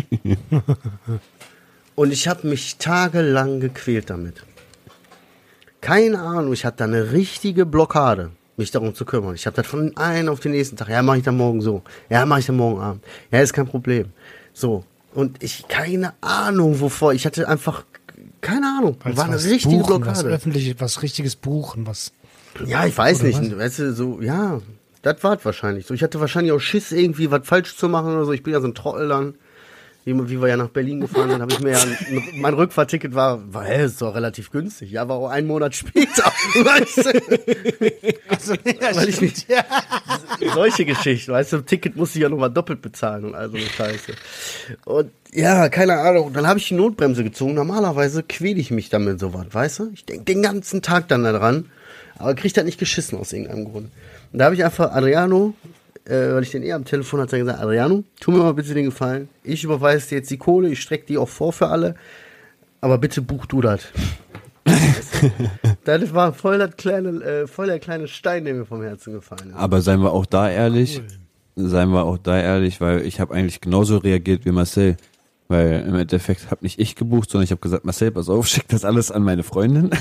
Und ich habe mich tagelang gequält damit. Keine Ahnung, ich hatte da eine richtige Blockade, mich darum zu kümmern. Ich habe das von einem auf den nächsten Tag. Ja, mache ich dann morgen so. Ja, mache ich dann morgen Abend. Ja, ist kein Problem. So. Und ich, keine Ahnung, wovor. Ich hatte einfach, keine Ahnung. Als War eine was richtige buchen, Was Blockade. öffentliches, was richtiges buchen, was. Ja, ich weiß Oder nicht. was? Weißt du, so, ja, das war wahrscheinlich so. Ich hatte wahrscheinlich auch Schiss, irgendwie was falsch zu machen oder so. Ich bin ja so ein Trottel dann. Wie, wie wir ja nach Berlin gefahren sind, habe ich mir ja, ein, mein Rückfahrticket war, war, hä, ist doch relativ günstig. Ja, war auch einen Monat später. Weißt du? Also, ja, Weil ich stimmt, mich- ja. Solche Geschichten, weißt du, ein Ticket musste ich ja nochmal doppelt bezahlen und all so eine Scheiße. Und ja, keine Ahnung, und dann habe ich die Notbremse gezogen. Normalerweise quäle ich mich damit so was, weißt du? Ich denke den ganzen Tag dann daran, aber krieg das nicht geschissen aus irgendeinem Grund. Und da habe ich einfach Adriano, äh, weil ich den eh am Telefon hatte, gesagt, Adriano, tu mir mal bitte den Gefallen. Ich überweise dir jetzt die Kohle, ich strecke die auch vor für alle, aber bitte buch du das. Das war voll, das kleine, äh, voll der kleine Stein, der mir vom Herzen gefallen ist. Aber seien wir auch da ehrlich, seien wir auch da ehrlich, weil ich habe eigentlich genauso reagiert wie Marcel. Weil im Endeffekt habe nicht ich gebucht, sondern ich habe gesagt, Marcel, pass auf, schick das alles an meine Freundin.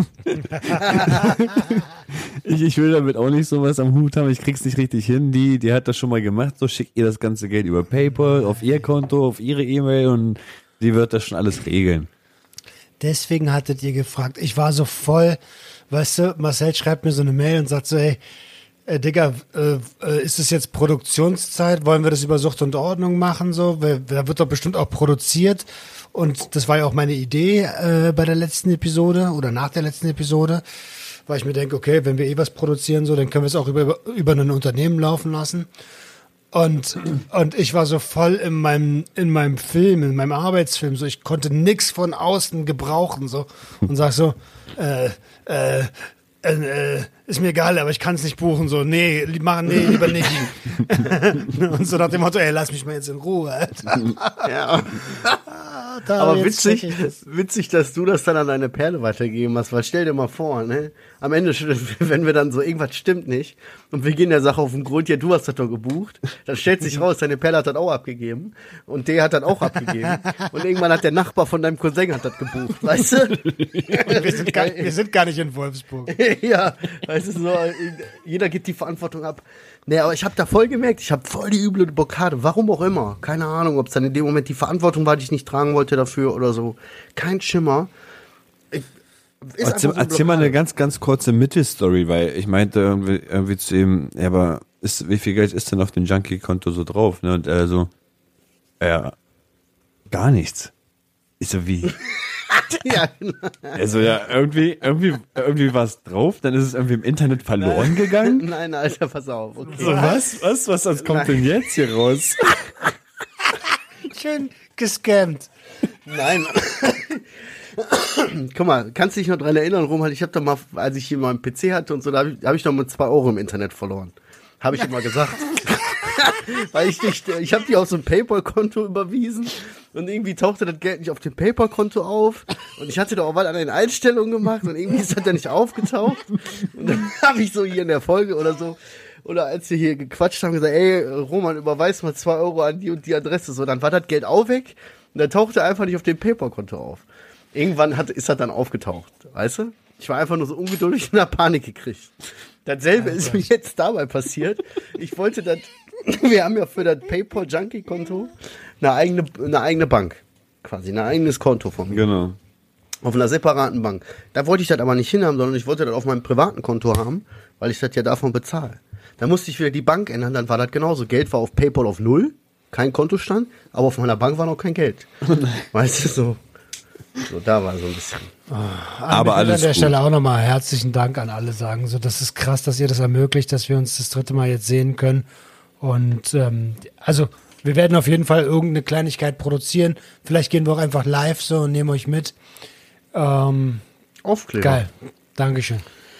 ich, ich will damit auch nicht sowas am Hut haben, ich krieg's nicht richtig hin. Die, die hat das schon mal gemacht, so schickt ihr das ganze Geld über PayPal, auf ihr Konto, auf ihre E-Mail und die wird das schon alles regeln. Deswegen hattet ihr gefragt. Ich war so voll, weißt du, Marcel schreibt mir so eine Mail und sagt so, ey, äh, Digga, äh, äh, ist es jetzt Produktionszeit? Wollen wir das über Sucht und Ordnung machen? So, Weil, da wird doch bestimmt auch produziert. Und das war ja auch meine Idee äh, bei der letzten Episode oder nach der letzten Episode, weil ich mir denke, okay, wenn wir eh was produzieren, so, dann können wir es auch über, über ein Unternehmen laufen lassen. Und, und ich war so voll in meinem, in meinem Film, in meinem Arbeitsfilm, so, ich konnte nix von außen gebrauchen, so, und sag so, äh, äh, äh, ist mir egal, aber ich kann es nicht buchen, so, nee, li- machen, nee, lieber nicht. Und so nach dem Motto, ey, lass mich mal jetzt in Ruhe, Alter. Ja. Da, Aber jetzt witzig, check ich das. witzig, dass du das dann an deine Perle weitergegeben hast, weil stell dir mal vor, ne? Am Ende, wenn wir dann so, irgendwas stimmt nicht und wir gehen der Sache auf den Grund, ja, du hast das doch gebucht, dann stellt sich raus, deine Perle hat das auch abgegeben und der hat das auch abgegeben und irgendwann hat der Nachbar von deinem Cousin hat das gebucht, weißt du? Wir sind, gar, wir sind gar nicht in Wolfsburg. Ja, weißt du, so, jeder gibt die Verantwortung ab. Nee, aber ich habe da voll gemerkt, ich habe voll die üble Blockade, warum auch immer. Keine Ahnung, ob es dann in dem Moment die Verantwortung war, die ich nicht tragen wollte dafür oder so. Kein Schimmer. Ich, ist Erzähl, einfach so erzähl mal Blockade. eine ganz, ganz kurze Mittelstory, weil ich meinte irgendwie, irgendwie zu ihm, ja, aber ist, wie viel Geld ist denn auf dem Junkie-Konto so drauf? Ne? Und er so, ja, gar nichts. Ich so, wie? Ja, genau. Also ja, irgendwie, irgendwie, irgendwie war es drauf, dann ist es irgendwie im Internet verloren gegangen. Nein, Alter, pass auf. Okay. So, was? Was? Was, was kommt denn jetzt hier raus? Schön gescammt. Nein. Guck mal, kannst du dich noch dran erinnern, Roman? Ich habe da mal, als ich hier mal einen P C hatte und so, da habe ich, hab ich noch mal zwei Euro im Internet verloren. Habe ich immer gesagt. Weil ich nicht, ich habe die auf so ein PayPal-Konto überwiesen und irgendwie tauchte das Geld nicht auf dem PayPal-Konto auf und ich hatte da auch was an den Einstellungen gemacht und irgendwie ist das dann nicht aufgetaucht und dann habe ich so hier in der Folge oder so oder als wir hier gequatscht haben, gesagt, ey, Roman, überweis mal zwei Euro an die und die Adresse, so, dann war das Geld auch weg und dann tauchte er einfach nicht auf dem PayPal-Konto auf. Irgendwann hat, ist das dann aufgetaucht, weißt du? Ich war einfach nur so ungeduldig und hab Panik gekriegt. Dasselbe ist mir jetzt dabei passiert. Ich wollte das, wir haben ja für das PayPal-Junkie-Konto eine eigene, eine eigene Bank. Quasi, ein eigenes Konto von mir. Genau. Auf einer separaten Bank. Da wollte ich das aber nicht hinhaben, sondern ich wollte das auf meinem privaten Konto haben, weil ich das ja davon bezahle. Da musste ich wieder die Bank ändern, dann war das genauso. Geld war auf PayPal auf null, kein Kontostand, aber auf meiner Bank war noch kein Geld. Weißt du, so. So, da war so ein bisschen. Aber ich will alles an der gut. Stelle auch nochmal herzlichen Dank an alle sagen. So, das ist krass, dass ihr das ermöglicht, dass wir uns das dritte Mal jetzt sehen können. Und ähm, also wir werden auf jeden Fall irgendeine Kleinigkeit produzieren. Vielleicht gehen wir auch einfach live so und nehmen euch mit. Ähm, Aufkleber. geil. Dankeschön.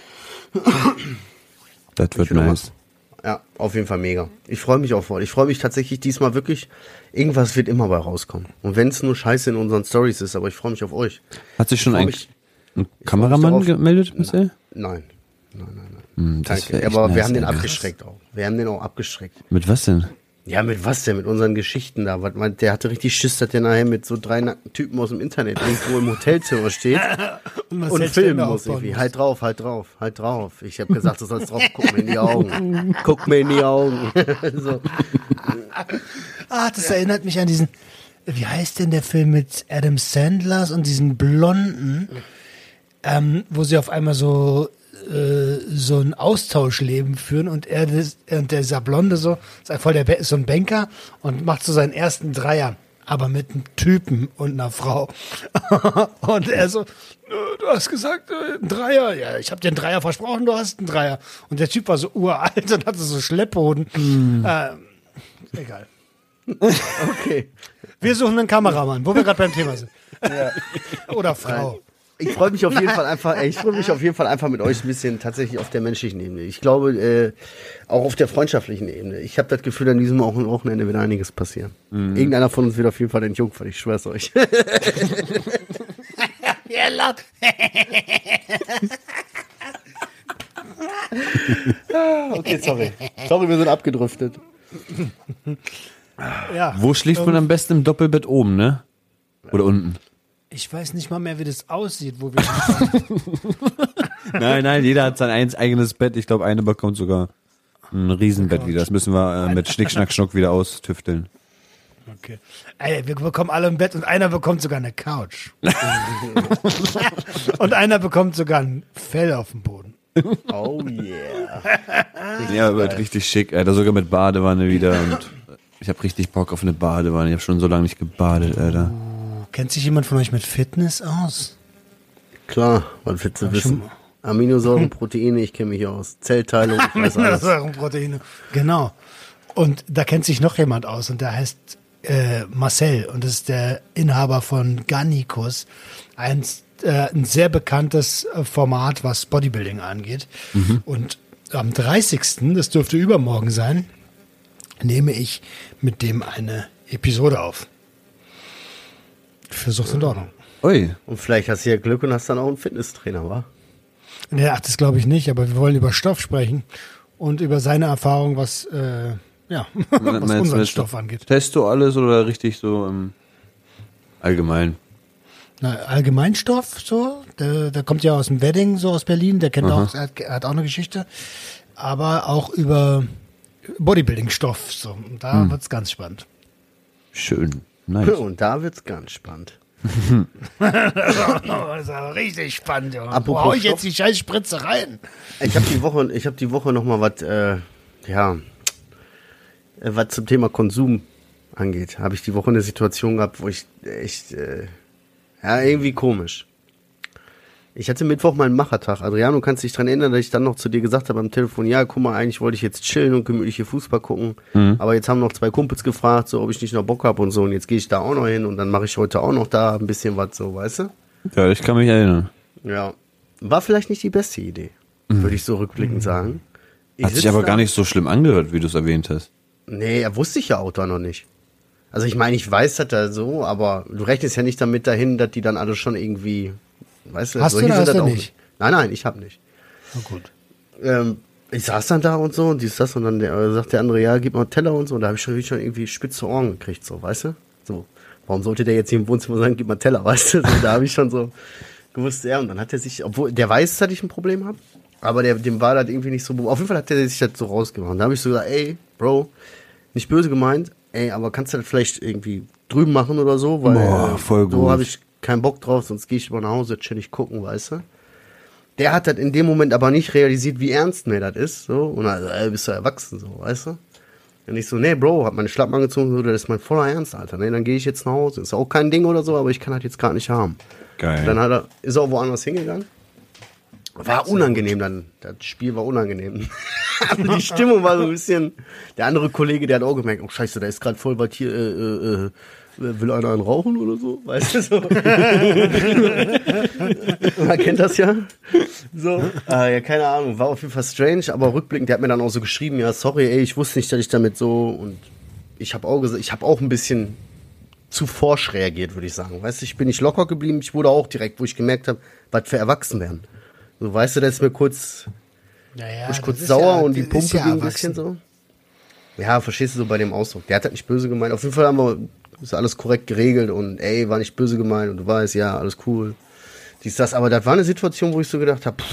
Das wird will noch nice. Ja, auf jeden Fall mega. Ich freue mich auch voll. Ich freue mich tatsächlich diesmal wirklich, irgendwas wird immer bei rauskommen. Und wenn es nur Scheiße in unseren Stories ist, aber ich freue mich auf euch. Hat sich schon Ich freu ein, mich- ein Kameramann darauf- gemeldet bisher? Nein. Nein, nein, nein. Hm, das Danke. wär echt Aber wir nice, haben den ey. abgeschreckt auch. Wir haben den auch abgeschreckt. Mit was denn? Ja, mit was denn? Mit unseren Geschichten da. Was, man- der hatte richtig Schiss, dass der nachher mit so drei nackten Typen aus dem Internet irgendwo im Hotelzimmer steht und Marcel filmen Stender muss aufbauen irgendwie. muss. Halt drauf, halt drauf, halt drauf. Ich habe gesagt, du sollst drauf, guck mir in die Augen. Guck mir in die Augen. So. Ah, das erinnert mich an diesen, wie heißt denn der Film mit Adam Sandler und diesen Blonden, ähm, wo sie auf einmal so äh, so ein Austauschleben führen und er das, und dieser Blonde so ist voll der Ba- ist so ein Banker und macht so seinen ersten Dreier, aber mit einem Typen und einer Frau. Und er so, "Äh, du hast gesagt, äh, ein Dreier. Ja, ich habe dir einen Dreier versprochen, du hast einen Dreier. Und der Typ war so uralt und hatte so Schlepphoden. Ähm, egal. Okay. Wir suchen einen Kameramann, wo wir gerade beim Thema sind. Oder Frau. Ich freue mich auf jeden Fall einfach, ey, ich freue mich auf jeden Fall einfach mit euch ein bisschen tatsächlich auf der menschlichen Ebene. Ich glaube, äh, auch auf der freundschaftlichen Ebene. Ich habe das Gefühl, an diesem Wochenende wird einiges passieren. Irgendeiner von uns wird auf jeden Fall entjungfert, ich schwör's euch. Ja, laut. Okay, sorry. Sorry, wir sind abgedriftet. Ja. Wo schläft man am besten im Doppelbett oben, ne? Oder unten? Ich weiß nicht mal mehr, wie das aussieht, wo wir sind. Nein, nein, jeder hat sein eins eigenes Bett. Ich glaube, eine bekommt sogar ein Riesenbett wieder. Das müssen wir äh, mit Schnick, Schnack, Schnuck wieder austüfteln. Okay. Ey, wir bekommen alle ein Bett und einer bekommt sogar eine Couch. Und einer bekommt sogar ein Fell auf dem Boden. Oh yeah. Ja, wird richtig schick, Alter. Sogar mit Badewanne wieder. Und ich habe richtig Bock auf eine Badewanne. Ich habe schon so lange nicht gebadet, Alter. Kennt sich jemand von euch mit Fitness aus? Klar, was willst du wissen? Aminosäuren, Proteine, ich kenne mich aus. Zellteilung, ich weiß alles. Proteine. Genau. Und da kennt sich noch jemand aus und der heißt äh, Marcel und das ist der Inhaber von Garnicus. Ein, äh, ein sehr bekanntes Format, was Bodybuilding angeht. Mhm. Und am dreißigsten, das dürfte übermorgen sein, nehme ich mit dem eine Episode auf. Für Sucht und Ordnung. Ui. Und vielleicht hast du ja Glück und hast dann auch einen Fitnesstrainer, wa? Nee, ach, das glaube ich nicht, aber wir wollen über Stoff sprechen und über seine Erfahrung, was, äh, ja, was Meinst unseren du, Stoff angeht. Test du alles oder richtig so im Allgemeinen? Na, Allgemeinstoff, so, der, der kommt ja aus dem Wedding, so aus Berlin, der kennt Aha. auch, er hat, er hat auch eine Geschichte, aber auch über Bodybuilding-Stoff, so, und da Hm. wird's ganz spannend. Schön. Nice. Und da wird's ganz spannend. Das ist aber richtig spannend, ja. Wo Apropos hau ich Stoff? jetzt die scheiß Spritze rein? Ich habe die Woche, ich habe die Woche noch mal was, äh, ja, äh, was zum Thema Konsum angeht. Habe ich die Woche eine Situation gehabt, wo ich echt, äh, ja, irgendwie komisch. Ich hatte Mittwoch meinen Machertag. Adriano, kannst dich dran erinnern, dass ich dann noch zu dir gesagt habe am Telefon, ja, guck mal, eigentlich wollte ich jetzt chillen und gemütlich hier Fußball gucken. Mhm. Aber jetzt haben noch zwei Kumpels gefragt, so, ob ich nicht noch Bock habe und so. Und jetzt gehe ich da auch noch hin und dann mache ich heute auch noch da ein bisschen was, so, weißt du? Ja, ich kann mich erinnern. Ja. War vielleicht nicht die beste Idee, würde ich so rückblickend sagen. Ich Hat sich sitz aber da- gar nicht so schlimm angehört, wie du es erwähnt hast. Nee, er wusste ich ja auch da noch nicht. Also ich meine, ich weiß das da so, aber du rechnest ja nicht damit dahin, dass die dann alle schon irgendwie, weißt du, Hast solche du oder sind hast das du auch nicht? Nein, nein, ich hab nicht. Na gut. Ähm, ich saß dann da und so und dies, das und dann der, äh, sagt der andere, ja, gib mal einen Teller und so. Und da habe ich schon, schon irgendwie spitze Ohren gekriegt, so, weißt du? So, warum sollte der jetzt hier im Wohnzimmer sagen, gib mal einen Teller, weißt du? So, da habe ich schon so gewusst, ja, und dann hat er sich, obwohl der weiß, dass ich ein Problem habe, aber der, dem war das irgendwie nicht so, auf jeden Fall hat der sich das so rausgemacht. Da habe ich so gesagt, ey, Bro, nicht böse gemeint, ey, aber kannst du das vielleicht irgendwie drüben machen oder so, weil Boah, äh, voll so gut. habe ich keinen Bock drauf, sonst gehe ich mal nach Hause, chillig gucken, weißt du? Der hat das in dem Moment aber nicht realisiert, wie ernst mir das ist, so, und also, ey, bist du erwachsen, so, weißt du? Und ich so, nee, Bro, hab meine Schlappen angezogen, so, das ist mein voller Ernst, Alter, nee, dann gehe ich jetzt nach Hause, ist auch kein Ding oder so, aber ich kann das jetzt gerade nicht haben. Geil. Dann hat er, ist er auch woanders hingegangen. War unangenehm dann. Das Spiel war unangenehm. Die Stimmung war so ein bisschen. Der andere Kollege, der hat auch gemerkt, oh Scheiße, da ist gerade voll was hier, äh, äh, äh, will einer einen rauchen oder so? Weißt du so? Man kennt das ja. So. Äh, ja, keine Ahnung, war auf jeden Fall strange, aber rückblickend, der hat mir dann auch so geschrieben, ja, sorry, ey, ich wusste nicht, dass ich damit so. Und ich habe auch gesagt, ich habe auch ein bisschen zu forsch reagiert, würde ich sagen. Weißt du, ich bin nicht locker geblieben, ich wurde auch direkt, wo ich gemerkt habe, was für Erwachsenwerden. So, weißt du, da ist mir kurz, Naja, ich kurz das ist sauer ja- und die das Pumpe ist ja ging ein erwachsen. bisschen so. Ja, verstehst du so bei dem Ausdruck. Der hat das nicht böse gemeint. Auf jeden Fall haben wir, ist alles korrekt geregelt und ey, war nicht böse gemeint und du weißt, ja, alles cool. Dies, das, aber das war eine Situation, wo ich so gedacht habe,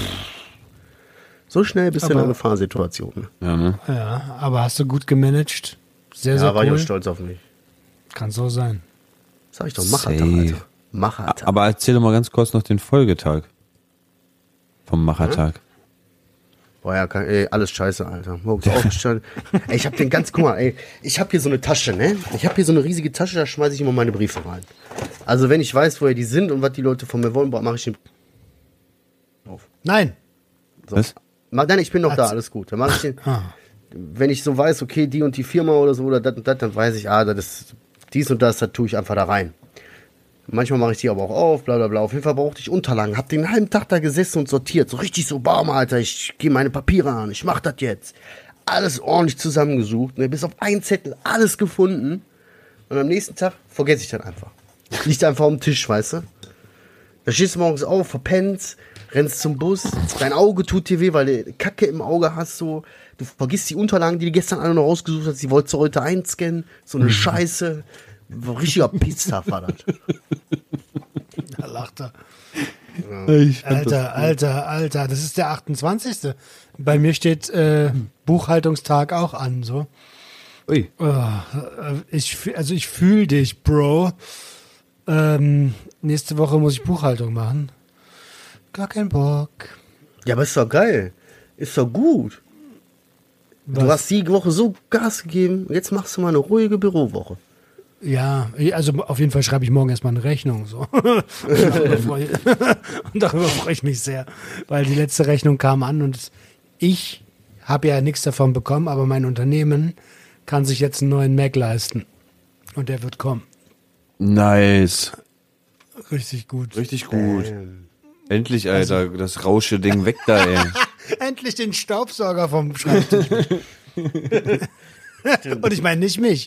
so schnell bist du in Aber- einer Gefahrsituation. Ja, ne? Ja, aber hast du gut gemanagt. Sehr, sehr Ja, war ich cool. auch stolz auf mich. Kann so sein. Sag ich doch, Machertag, Safe. Alter. Machertag. Aber erzähl doch mal ganz kurz noch den Folgetag. Vom Machertag. Boah, ja, kann, ey, alles scheiße, Alter. Morgens aufgestanden. Ey, ich hab den ganz, guck mal, ey, ich hab hier so eine Tasche, ne? Ich hab hier so eine riesige Tasche, da schmeiße ich immer meine Briefe rein. Also, wenn ich weiß, woher die sind und was die Leute von mir wollen, mache ich den auf. Nein. So. Was? Mach, nein, ich bin noch da, Hat's- alles gut. Dann mache ich den, Ah. wenn ich so weiß, okay, die und die Firma oder so oder das und das, dann weiß ich, ah, das ist dies und das, das tue ich einfach da rein. Manchmal mache ich die aber auch auf, bla bla bla. Auf jeden Fall brauchte ich Unterlagen. Hab den halben Tag da gesessen und sortiert. So richtig so, bam, Alter, ich gehe meine Papiere an, ich mach das jetzt. Alles ordentlich zusammengesucht, ne, bis auf einen Zettel, alles gefunden. Und am nächsten Tag vergesse ich dann einfach. Liegt einfach auf dem Tisch, weißt du? Da stehst du morgens auf, verpennst, rennst zum Bus, dein Auge tut dir weh, weil du Kacke im Auge hast, so. Du vergisst die Unterlagen, die du gestern alle noch rausgesucht hast, die wolltest du heute einscannen. So eine Scheiße. War richtiger Pizza war das. Da lacht er. Ich Alter, Alter, Alter, das ist der achtundzwanzigste. Bei mir steht äh, Buchhaltungstag auch an, so. Ui. Oh, äh, ich, fühl- also ich fühle dich, Bro. Ähm, nächste Woche muss ich Buchhaltung machen. Gar kein Bock. Ja, aber ist doch geil. Ist doch gut. Was? Du hast die Woche so Gas gegeben, jetzt machst du mal eine ruhige Bürowoche. Ja, also auf jeden Fall schreibe ich morgen erstmal eine Rechnung. So. Und darüber freue ich, und darüber freue ich mich sehr, weil die letzte Rechnung kam an und ich habe ja nichts davon bekommen, aber mein Unternehmen kann sich jetzt einen neuen Mac leisten. Und der wird kommen. Nice. Richtig gut. Richtig gut. Endlich, Alter, das rausche Ding weg da, ey. Endlich den Staubsauger vom Schreibtisch. Und ich meine nicht mich.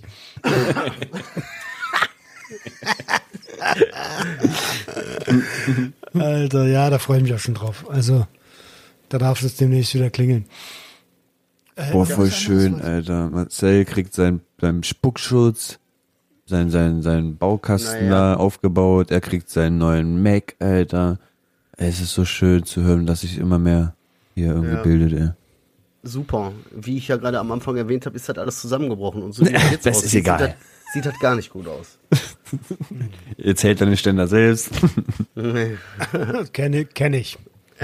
Alter, ja, da freue ich mich auch schon drauf. Also, da darf es demnächst wieder klingeln. Äh, Boah, ja, voll was schön, anderes? Alter. Marcel kriegt seinen, seinen Spuckschutz, seinen, seinen, seinen Baukasten Naja. da aufgebaut. Er kriegt seinen neuen Mac, Alter. Es ist so schön zu hören, dass sich immer mehr hier irgendwie Ja. bildet, ey. Super. Wie ich ja gerade am Anfang erwähnt habe, ist das alles zusammengebrochen. Und so wie das jetzt Das aussieht, ist egal. Sieht das, sieht das gar nicht gut aus. Jetzt hält er den Ständer selbst. Kenne kenn ich.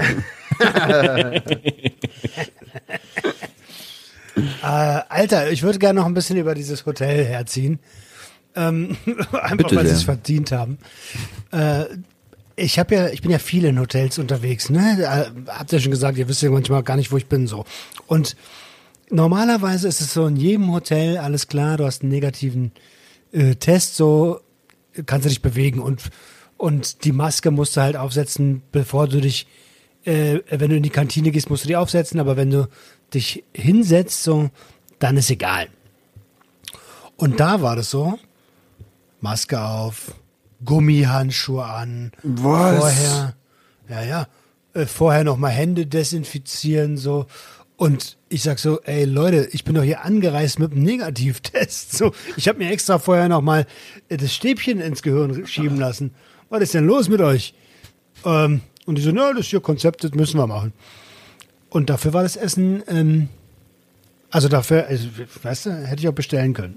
äh, Alter, ich würde gerne noch ein bisschen über dieses Hotel herziehen. Ähm, einfach Bitte weil sie sehr. es verdient haben. Äh, ich habe ja, ich bin ja viel in Hotels unterwegs, ne? Äh, habt ihr schon gesagt, ihr wisst ja manchmal gar nicht, wo ich bin, so. Und normalerweise ist es so in jedem Hotel, alles klar, du hast einen negativen äh, Test, so kannst du dich bewegen und, und die Maske musst du halt aufsetzen, bevor du dich, äh, wenn du in die Kantine gehst, musst du die aufsetzen, aber wenn du dich hinsetzt, so, dann ist egal. Und da war das so, Maske auf, Gummihandschuhe an, Was? vorher, ja, ja, äh, vorher nochmal Hände desinfizieren, so. Und ich sag so, ey Leute, ich bin doch hier angereist mit einem Negativtest. So, ich habe mir extra vorher nochmal das Stäbchen ins Gehirn schieben lassen. Was ist denn los mit euch? Ähm, und die so, na, das ist ihr Konzept, das müssen wir machen. Und dafür war das Essen, ähm, also dafür, also, weißt du, hätte ich auch bestellen können.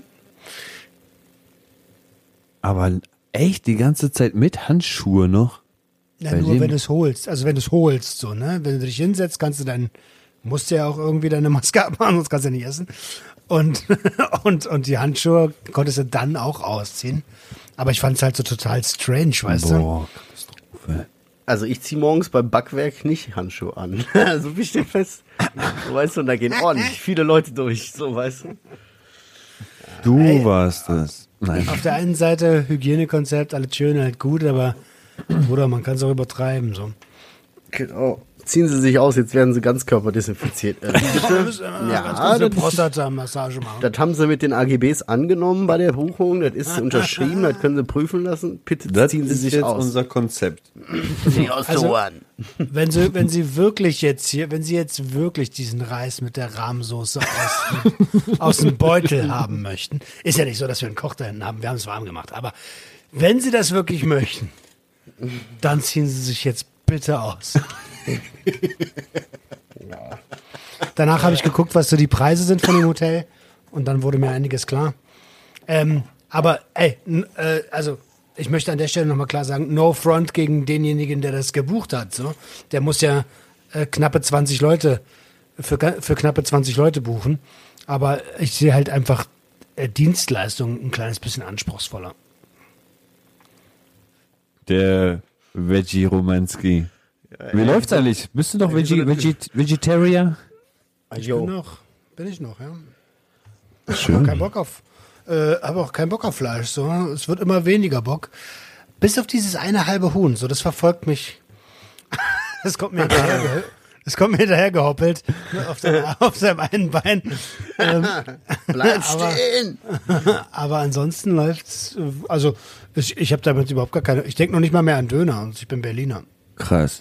Aber echt die ganze Zeit mit Handschuhe noch? Ja, Bei nur dem- wenn du es holst. Also wenn du es holst, so, ne? Wenn du dich hinsetzt, kannst du dann, musst du ja auch irgendwie deine Maske abmachen, sonst kannst du ja nicht essen. Und, und, und die Handschuhe konntest du dann auch ausziehen. Aber ich fand es halt so total strange, weißt du? Boah, Katastrophe. Also ich ziehe morgens beim Backwerk nicht Handschuhe an. So viel steht fest. So, weißt du, und da gehen ordentlich viele Leute durch. So, weißt du. Du Ey. warst es. Nein. Auf der einen Seite Hygienekonzept, alles schön, halt gut, aber Bruder, man kann es auch übertreiben. So. Genau. Ziehen Sie sich aus, jetzt werden Sie ganz körperdesinfiziert. Äh, bitte? Ja, ganz kurz eine Prostata-Massage machen. Das haben Sie mit den A G Bs angenommen bei der Buchung. Das ist unterschrieben, das können Sie prüfen lassen. Bitte Das ziehen Sie ist sich jetzt aus. unser Konzept. Sie aus Also- den Ohren. Wenn sie, wenn sie wirklich jetzt hier, wenn sie jetzt wirklich diesen Reis mit der Rahmsoße aus, aus dem Beutel haben möchten, ist ja nicht so, dass wir einen Koch da hinten haben, wir haben es warm gemacht, aber wenn sie das wirklich möchten, dann ziehen sie sich jetzt bitte aus. Danach habe ich geguckt, was so die Preise sind von dem Hotel und dann wurde mir einiges klar. Ähm, aber ey, n- äh, also ich möchte an der Stelle nochmal klar sagen, no front gegen denjenigen, der das gebucht hat. So. Der muss ja äh, knappe zwanzig Leute, für, ga- für knappe zwanzig Leute buchen. Aber ich sehe halt einfach äh, Dienstleistungen ein kleines bisschen anspruchsvoller. Der Veggie Romanski. Wie läuft's eigentlich? Bist du doch Veggie, Veggie, Vegetarier? Bin Jo. noch, bin ich noch, ja. Kein Schön. Bock auf, äh, habe auch keinen Bock auf Fleisch. So, es wird immer weniger Bock. Bis auf dieses eine halbe Huhn. So, das verfolgt mich. Das kommt mir hinterher, ge- das kommt mir hinterher gehoppelt ne, auf, seinem, auf seinem einen Bein. Ähm, Bleib Aber- stehen! aber ansonsten läuft's. äh, Also ich, ich habe damit überhaupt gar keine. Ich denke noch nicht mal mehr an Döner. Und ich bin Berliner. Krass.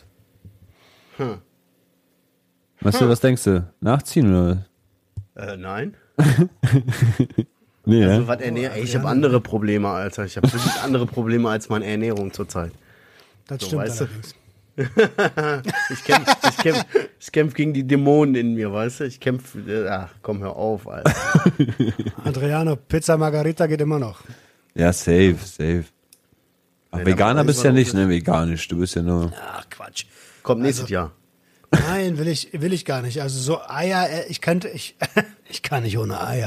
Was, du, was denkst du? Nachziehen oder? Äh, nein. Nee, Also, ja? was Ernähr Ey, ich habe andere Probleme, Alter. Ich habe wirklich andere Probleme als meine Ernährung zurzeit. Das So, stimmt weißt du? allerdings. Ich kämpfe ich kämpf, ich kämpf gegen die Dämonen in mir, weißt du? Ich kämpfe. Äh, ach, komm, hör auf, Alter. Adriano, Pizza Margarita geht immer noch. Ja, safe, safe. Aber Nee, Veganer da bist du ja weiß man nicht, ne? Veganisch. Du bist ja nur. Ach Quatsch. Kommt nächstes Jahr. Nein, will ich, will ich gar nicht. Also so Eier, äh, ich könnte, ich, ich kann nicht ohne Eier.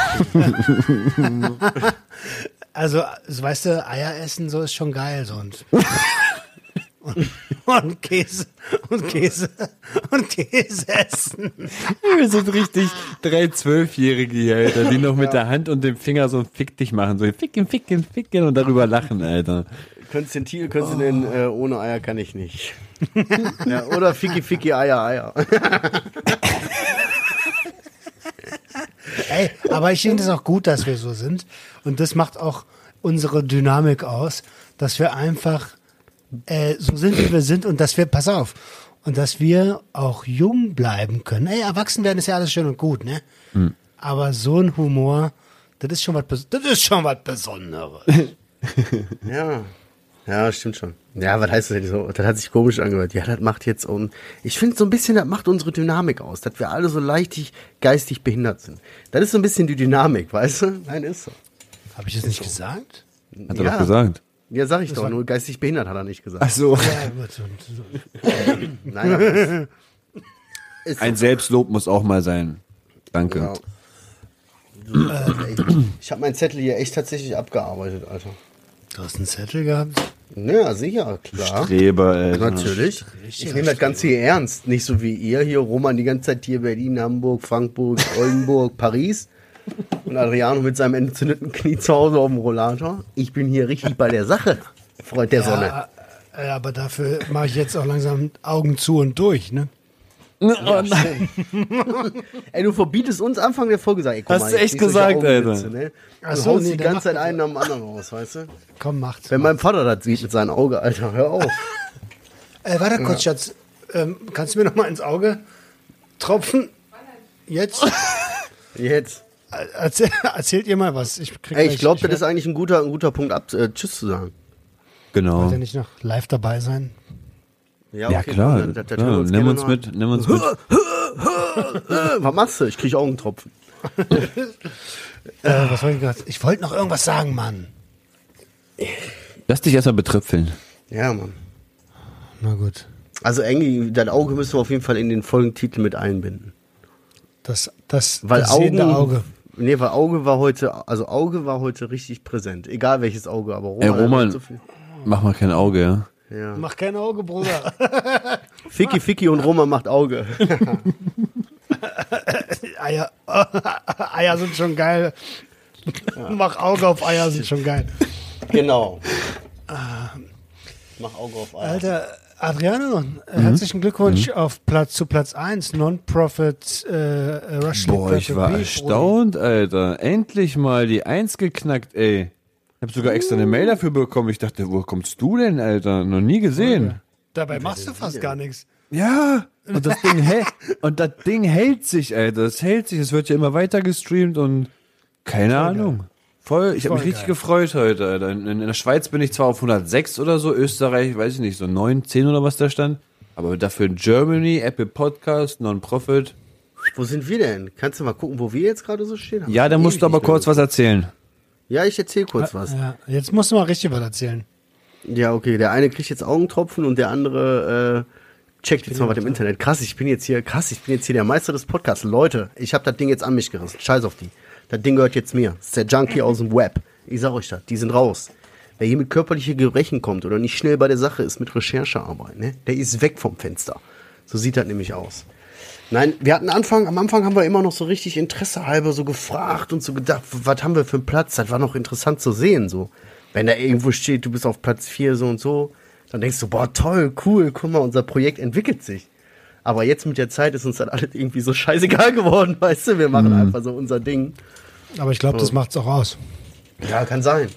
Also, so, weißt du, Eier essen, so ist schon geil, so und, und, und Käse, und Käse, und Käse essen. Wir sind richtig drei Zwölfjährige hier, Alter, die noch mit der Hand und dem Finger so Fick dich machen, so Ficken, Ficken, Ficken und darüber lachen, Alter. Könntest den Titel, könntest du den, äh, ohne Eier kann ich nicht. Ja, oder Ficky, Ficky, Eier, Eier. Ey, aber ich finde es auch gut, dass wir so sind. Und das macht auch unsere Dynamik aus, dass wir einfach äh, so sind, wie wir sind und dass wir, pass auf, und dass wir auch jung bleiben können. Ey, erwachsen werden ist ja alles schön und gut, ne? Hm. Aber so ein Humor, das ist schon was, das ist schon was Besonderes. Ja. Ja, stimmt schon. Ja, was heißt das denn so? Das hat sich komisch angehört. Ja, das macht jetzt um. Ich finde so ein bisschen, das macht unsere Dynamik aus, dass wir alle so leichtig geistig behindert sind. Das ist so ein bisschen die Dynamik, weißt du? Nein, ist so. Habe ich das nicht gesagt? Hat er Ja. doch gesagt. Ja, sag ich Das doch. war- Nur geistig behindert hat er nicht gesagt. Ach so. Ja, gut, so, so. Nein, aber ist, ist Ein Selbstlob muss auch mal sein. Danke. Ja. Du, äh, ich ich habe meinen Zettel hier echt tatsächlich abgearbeitet, Alter. Du hast einen Zettel gehabt? Ja, sicher, klar. Streber, Alter. Natürlich. Ich nehme das Ganze hier ernst. Nicht so wie ihr hier, Roman die ganze Zeit hier Berlin, Hamburg, Frankfurt, Oldenburg, Paris. Und Adriano mit seinem entzündeten Knie zu Hause auf dem Rollator. Ich bin hier richtig bei der Sache, Freund der Sonne. Ja, äh, aber dafür mache ich jetzt auch langsam Augen zu und durch, ne? Oh nein. Ey, du verbietest uns Anfang der Folge, sag ich, guck Hast mal, du jetzt echt nicht solche gesagt, Augenwitze, Alter. Ne? Du Ach so, haust nee, die der ganze Zeit macht einen nach dem anderen raus, weißt du? Komm, macht's. Wenn mein Vater das sieht mit seinem Auge, Alter, hör auf. Äh, warte kurz, Schatz. Ähm, kannst du mir noch mal ins Auge tropfen? Jetzt? Jetzt. Äh, Erzähl, erzählt ihr mal was. Ich, krieg Ey, gleich- ich glaube, das werd- ist eigentlich ein guter, ein guter Punkt, ab, äh, Tschüss zu sagen. Genau. Wollt ihr nicht noch live dabei sein? Ja, okay, klar. dann- dann- dann klar. hören wir uns Nimm gerne uns noch mit, nimm uns mit. an. Was machst du? Ich krieg Augentropfen. Äh, was wollte ich gerade? Ich wollte noch irgendwas sagen, Mann. Lass dich erstmal betröpfeln. Ja, Mann. Na gut. Also, Engi, dein Auge müssen wir auf jeden Fall in den Folgentitel mit einbinden. Das, das, Weil das Augen, sehende Auge. Nee, weil Auge war heute, also Auge war heute richtig präsent. Egal welches Auge, aber Roman. Ey, hat Roman, so viel. mach mal kein Auge, ja? Ja. Mach kein Auge, Bruder. Ficky, Ficky und Roman macht Auge. Eier, Eier sind schon geil. Mach Auge auf Eier sind schon geil. Genau. Mach Auge auf Eier. Alter, Adriano, äh, herzlichen Glückwunsch auf Platz zu Platz eins, Non-Profit äh, Russian Boah, ich war erstaunt, Alter. Endlich mal die Eins geknackt, ey. Ich hab sogar extra eine Mail dafür bekommen. Ich dachte, wo kommst du denn, Alter? Noch nie gesehen. Dabei machst du fast gar nichts. Ja, und das Ding hält, und das Ding hält sich, Alter. Es hält sich, es wird ja immer weiter gestreamt und keine Voll Ahnung. Voll, ich habe Voll mich richtig geil. gefreut heute, Alter. In, in der Schweiz bin ich zwar auf hundertsechs oder so, Österreich, weiß ich nicht, so neun, zehn oder was da stand. Aber dafür in Germany, Apple Podcast, Non-Profit. Wo sind wir denn? Kannst du mal gucken, wo wir jetzt gerade so stehen? Hab Ja, ich da ewig musst du aber nicht mehr kurz was erzählen. geguckt. Ja, ich erzähl kurz was. Ja, jetzt musst du mal richtig was erzählen. Ja, okay, der eine kriegt jetzt Augentropfen und der andere äh, checkt jetzt mal was im Internet. Krass, ich bin jetzt hier, krass, ich bin jetzt hier der Meister des Podcasts. Leute, ich habe das Ding jetzt an mich gerissen. Scheiß auf die. Das Ding gehört jetzt mir. Das ist der Junkie aus dem Web. Ich sag euch das, die sind raus. Wer hier mit körperlichen Gebrechen kommt oder nicht schnell bei der Sache ist mit Recherchearbeit, ne, der ist weg vom Fenster. So sieht das nämlich aus. Nein, wir hatten Anfang, am Anfang haben wir immer noch so richtig Interesse halber so gefragt und so gedacht, was haben wir für einen Platz? Das war noch interessant zu sehen, so. Wenn da irgendwo steht, du bist auf Platz vier, so und so, dann denkst du, boah, toll, cool, guck mal, unser Projekt entwickelt sich. Aber jetzt mit der Zeit ist uns das alles irgendwie so scheißegal geworden, weißt du? Wir machen Mhm. einfach so unser Ding. Aber ich glaube, das macht's auch aus. Ja, kann sein.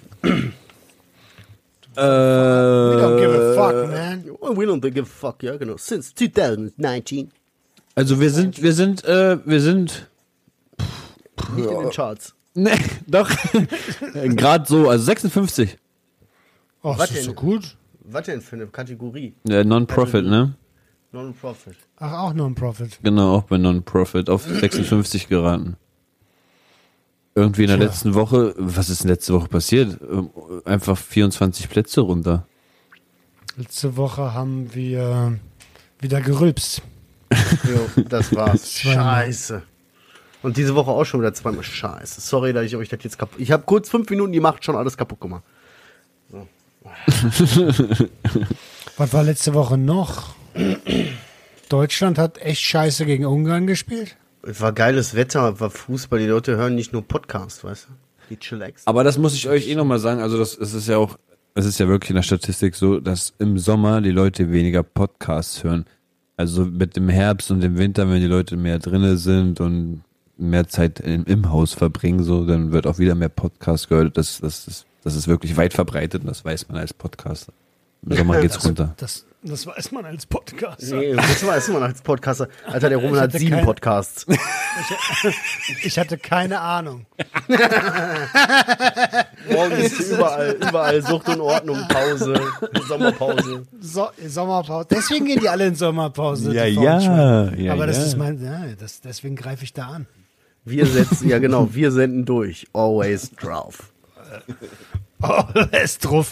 Äh, We don't give a fuck, man. We don't give a fuck, ja, genau. Since twenty nineteen. also wir sind, wir sind, äh, wir sind, Nicht in den Charts. ne, doch, gerade so, also sechsundfünfzig. Oh, Was das ist so denn? gut. Was denn für eine Kategorie? Ja, Non-Profit, ne? Non-Profit. Ach, auch Non-Profit. Genau, auch bei Non-Profit auf sechsundfünfzig geraten. Irgendwie in der Tja. letzten Woche, was ist denn letzte Woche passiert? Ähm, Einfach vierundzwanzig Plätze runter. Letzte Woche haben wir wieder gerülpst. Jo, das war's. Zweimal. Scheiße. Und diese Woche auch schon wieder zweimal. Scheiße. Sorry, dass ich euch das jetzt kaputt... Ich habe kurz fünf Minuten die Macht schon alles kaputt gemacht. Was war letzte Woche noch? Deutschland hat echt scheiße gegen Ungarn gespielt. Es war geiles Wetter, war Fußball. Die Leute hören nicht nur Podcast, weißt du? Die Chillax. Aber das muss ich euch eh nochmal sagen, also das, es ist ja auch, es ist ja wirklich in der Statistik so, dass im Sommer die Leute weniger Podcasts hören. Also mit dem Herbst und dem Winter, wenn die Leute mehr drinne sind und mehr Zeit im, im Haus verbringen, so, dann wird auch wieder mehr Podcast gehört. Das, das, das, das ist wirklich weit verbreitet und das weiß man als Podcaster. Im Sommer geht's runter. Das, das weiß man als Podcaster. Nee, das war erstmal als Podcaster. Alter, der Roman Ich hat hatte sieben kein- Podcasts. Ich hatte keine Ahnung. Morgen ist überall, überall Sucht und Ordnung, Pause, Sommerpause. So, Sommerpause. Deswegen gehen die alle in Sommerpause. Ja, die ja, Frauenschweine. ja, Aber das ja. ist mein, ja, das, deswegen greife ich da an. Wir setzen, ja genau, wir senden durch. Always drauf. Oh, ist drauf.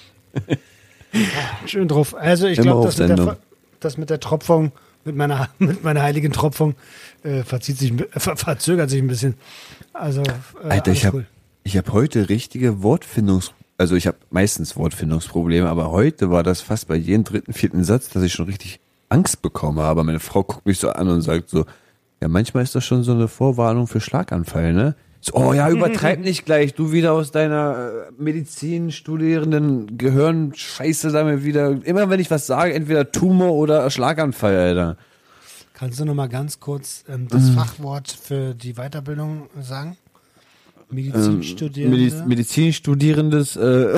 Schön drauf. Also ich Immer glaube, auf das, mit der Sendung. Ver- das mit der Tropfung, mit meiner, mit meiner heiligen Tropfung, äh, verzieht sich, ein bi- ver verzögert sich ein bisschen. Also, äh, Alter, alles ich habe cool. ich hab heute richtige Wortfindungs... Also ich habe meistens Wortfindungsprobleme, aber heute war das fast bei jedem dritten, vierten Satz, dass ich schon richtig Angst bekomme. Aber meine Frau guckt mich so an und sagt so, ja, manchmal ist das schon so eine Vorwarnung für Schlaganfall, ne? So, oh ja, übertreib nicht gleich, du wieder aus deiner äh, Medizinstudierenden Gehirnscheiße damit wieder. Immer wenn ich was sage, entweder Tumor oder Schlaganfall, Alter. Kannst du noch mal ganz kurz ähm, das Mhm. Fachwort für die Weiterbildung sagen? Medizinstudierende. Mediz Medizinstudierendes äh,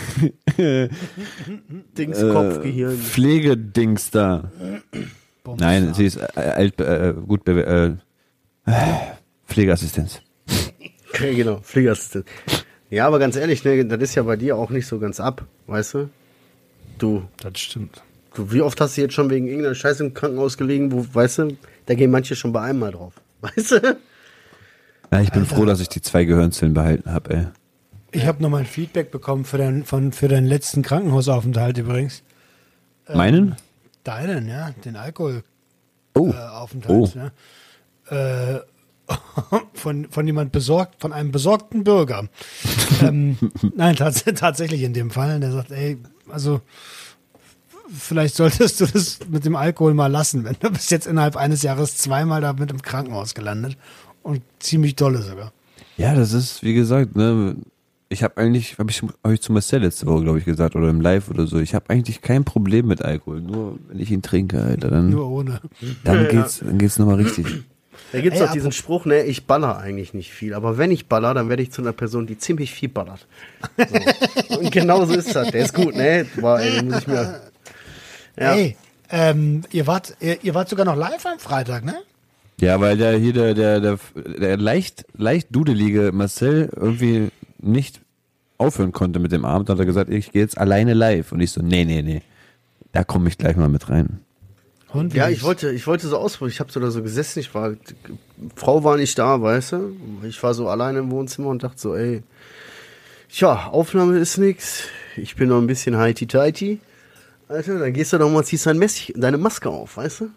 Dings, äh, Kopf, Gehirn. Pflegedings da. Bums. Nein, sie ist äh, alt, äh, gut, be- äh, äh, Pflegeassistenz. Okay, genau, Pflegeassistent. Ja, aber ganz ehrlich, ne, das ist ja bei dir auch nicht so ganz ab, weißt du? Du, Das stimmt. du, wie oft hast du jetzt schon wegen irgendeiner Scheiße im Krankenhaus gelegen, wo, weißt du, da gehen manche schon bei einem Mal drauf. Weißt du? Ja, ich bin froh, dass ich die zwei Gehirnzellen behalten habe, ey. Ich habe nochmal ein Feedback bekommen für, dein, von, für deinen letzten Krankenhausaufenthalt übrigens. Meinen? Deinen, ja, den Alkoholaufenthalt. Oh. Äh, Aufenthalt, Oh. ja. äh, von, von jemand besorgt, von einem besorgten Bürger. ähm, nein, tats tatsächlich in dem Fall. Der sagt, ey, also vielleicht solltest du das mit dem Alkohol mal lassen, wenn du bist jetzt innerhalb eines Jahres zweimal da mit im Krankenhaus gelandet und ziemlich dolle sogar. Ja, das ist, wie gesagt, ne, ich habe eigentlich, habe ich euch zu Marcel letzte Woche, glaube ich, gesagt, oder im Live oder so, ich habe eigentlich kein Problem mit Alkohol, nur wenn ich ihn trinke, Alter, dann, Nur ohne. dann geht's, dann geht's nochmal richtig. Da gibt's Ey, doch diesen apropos- Spruch, ne, ich baller eigentlich nicht viel, aber wenn ich baller, dann werde ich zu einer Person, die ziemlich viel ballert. So. Und genau so ist das. Der ist gut, ne? Boah, ey, den muss ich mir. Ja. Hey, ähm, ihr wart, ihr, ihr wart sogar noch live am Freitag, ne? Ja, weil der hier, der, der, der, der leicht, leicht dudelige Marcel irgendwie nicht aufhören konnte mit dem Abend, hat er gesagt, ich gehe jetzt alleine live. Und ich so, nee, nee, nee, da komme ich gleich mal mit rein. Und Ja, wie ich wollte, ich wollte so ausprobieren. Ich habe so da so gesessen, ich war, die Frau war nicht da, weißt du? Ich war so alleine im Wohnzimmer und dachte so, ey, tja, Aufnahme ist nix. Ich bin noch ein bisschen heiti-teiti. Alter, dann gehst du doch mal, ziehst dein Messi, deine Maske auf, weißt du?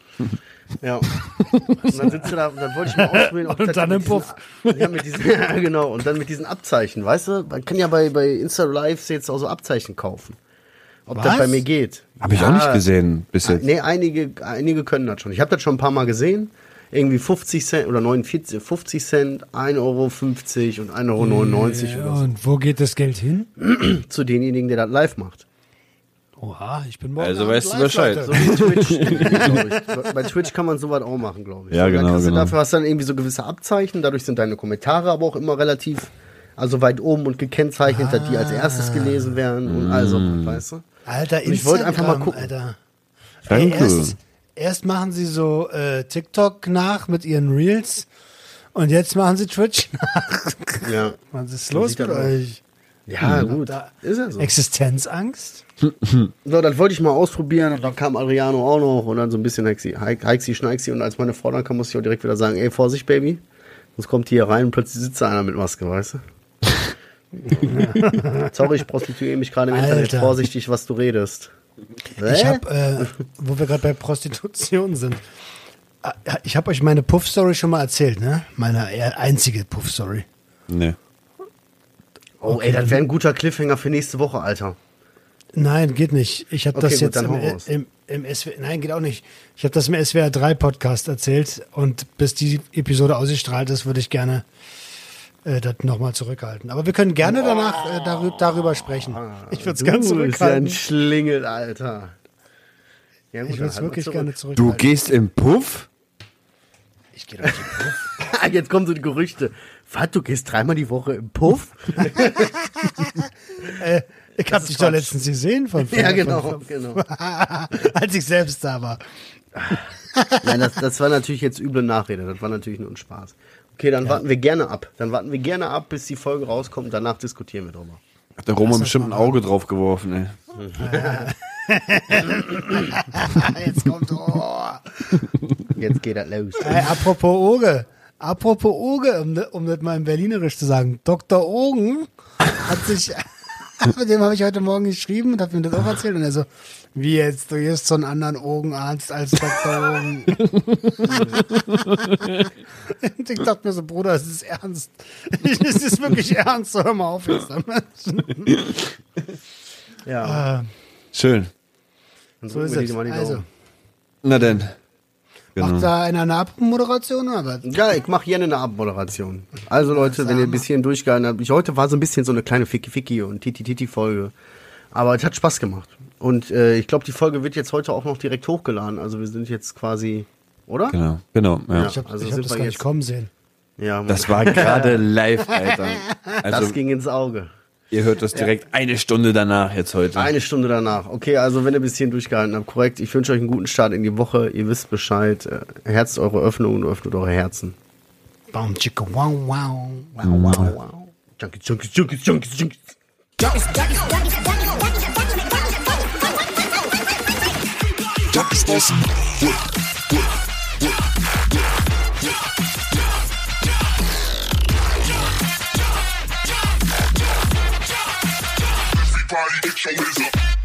Ja. Und dann sitzt du da, und dann wollte ich mal ausprobieren, ob Und das dann mit im diesen- Puff. Ja, mit diesen, ja, genau. Und dann mit diesen Abzeichen, weißt du? Man kann ja bei, bei Insta Lives jetzt auch so Abzeichen kaufen. Ob Was? das bei mir geht. Habe ich Ja. auch nicht gesehen bis jetzt. Nee, einige, einige können das schon. Ich habe das schon ein paar Mal gesehen. Irgendwie fünfzig Cent oder neunundvierzig, fünfzig Cent, ein Euro fünfzig und ein Euro neunundneunzig Ja, oder so. und wo geht das Geld hin? Zu denjenigen, der das live macht. Oha, ich bin morgen Also Abend weißt du live, Bescheid. Leute. So wie Twitch, glaub ich. Bei Twitch kann man sowas auch machen, glaube ich. Ja, Und dann genau, kriegst du genau. Dafür hast du dann irgendwie so gewisse Abzeichen. Dadurch sind deine Kommentare aber auch immer relativ, also weit oben und gekennzeichnet, dass die als erstes gelesen werden und also, weißt du? Alter, Und ich wollte einfach mal Instagram, gucken. Alter. Danke. Ey, erst, erst machen sie so äh, TikTok nach mit ihren Reels und jetzt machen sie Twitch nach. Ja. Was ist So los sieht mit das aus. euch? Ja, gut. Da- Ist ja so. Existenzangst? So, das wollte ich mal ausprobieren und dann kam Adriano auch noch und dann so ein bisschen Hexi, Hexi, Schneixi und als meine Frau dann kam, musste ich auch direkt wieder sagen, ey, Vorsicht, Baby, sonst kommt hier rein und plötzlich sitzt da einer mit Maske, weißt du? Sorry, ich prostituiere mich gerade im Internet, Alter. vorsichtig, was du redest. Ich habe, äh, wo wir gerade bei Prostitution sind, äh, ich habe euch meine Puff-Story schon mal erzählt, ne? Meine eher einzige Puff-Story. Nee. Oh, Okay, ey, das dann- wäre ein guter Cliffhanger für nächste Woche, Alter. Nein, geht nicht. Ich habe Okay, das gut, jetzt dann im, hau raus. im, im S W, nein, geht auch nicht. Ich habe das im S W R drei Podcast erzählt und bis die Episode ausgestrahlt ist, würde ich gerne äh, das nochmal zurückhalten. Aber wir können gerne danach äh, darüber, darüber sprechen. Ich würde es gerne Du bist ja ein zurückhalten. Schlingel, Alter. Ja, gut, Ich dann würde es halt mal wirklich zurück. gerne Du zurückhalten. gehst im Puff? Ich gehe doch nicht im Puff. Jetzt kommen so die Gerüchte. Was, du gehst dreimal die Woche im Puff? Ich habe dich doch letztens gesehen von, von Ja, genau, von, genau. als ich selbst da war. Nein, das, das war natürlich jetzt üble Nachrede. Das war natürlich nur ein Spaß. Okay, dann warten wir gerne ab. Dann warten wir gerne ab, bis die Folge rauskommt. Danach diskutieren wir drüber. Hat der Roman bestimmt ein Auge drauf geworfen, ey. Jetzt kommt, oh. Jetzt geht das los. Ey, apropos Oge, apropos Oge, um, um das mal in Berlinerisch zu sagen, Doktor Ogen hat sich, mit dem habe ich heute Morgen geschrieben und habe ihm das auch erzählt und er so, wie jetzt, du gehst zu einem anderen Augenarzt als Doktor Ogen. Und ich dachte mir so, Bruder, es ist ernst. Es ist wirklich ernst, so hör mal auf jetzt damit. Ja, Schön. dann So drücken ist wir es. die mal die Also, Daumen. Na denn. macht Genau. da einer eine Abmoderation oder was? Ja, ich mache gerne eine Abmoderation. Also Leute, wenn ihr ein bisschen durchgehalten habt, ich, heute war so ein bisschen so eine kleine Ficky-Ficky und Titi-Titi-Folge. Aber es hat Spaß gemacht. Und äh, ich glaube, die Folge wird jetzt heute auch noch direkt hochgeladen. Also wir sind jetzt quasi, oder? Genau, genau, ja. Ja. Ich habe Also ich hab sind das wir gar jetzt- nicht kommen sehen. Ja, Mann. Das war gerade live, Alter. Also, das ging ins Auge. ihr hört das direkt eine Stunde danach jetzt heute. Eine Stunde danach. Okay, also wenn ihr ein bisschen durchgehalten habt, korrekt. Ich wünsche euch einen guten Start in die Woche. Ihr wisst Bescheid. Äh, Herzt eure Öffnung und öffnet eure Herzen. Baum, chicka, wow, wow. Wow, wow, wow. Junkies, Junkies, Junkies, Junkies, Junkies. Junkies bustin'. Everybody get your hands up.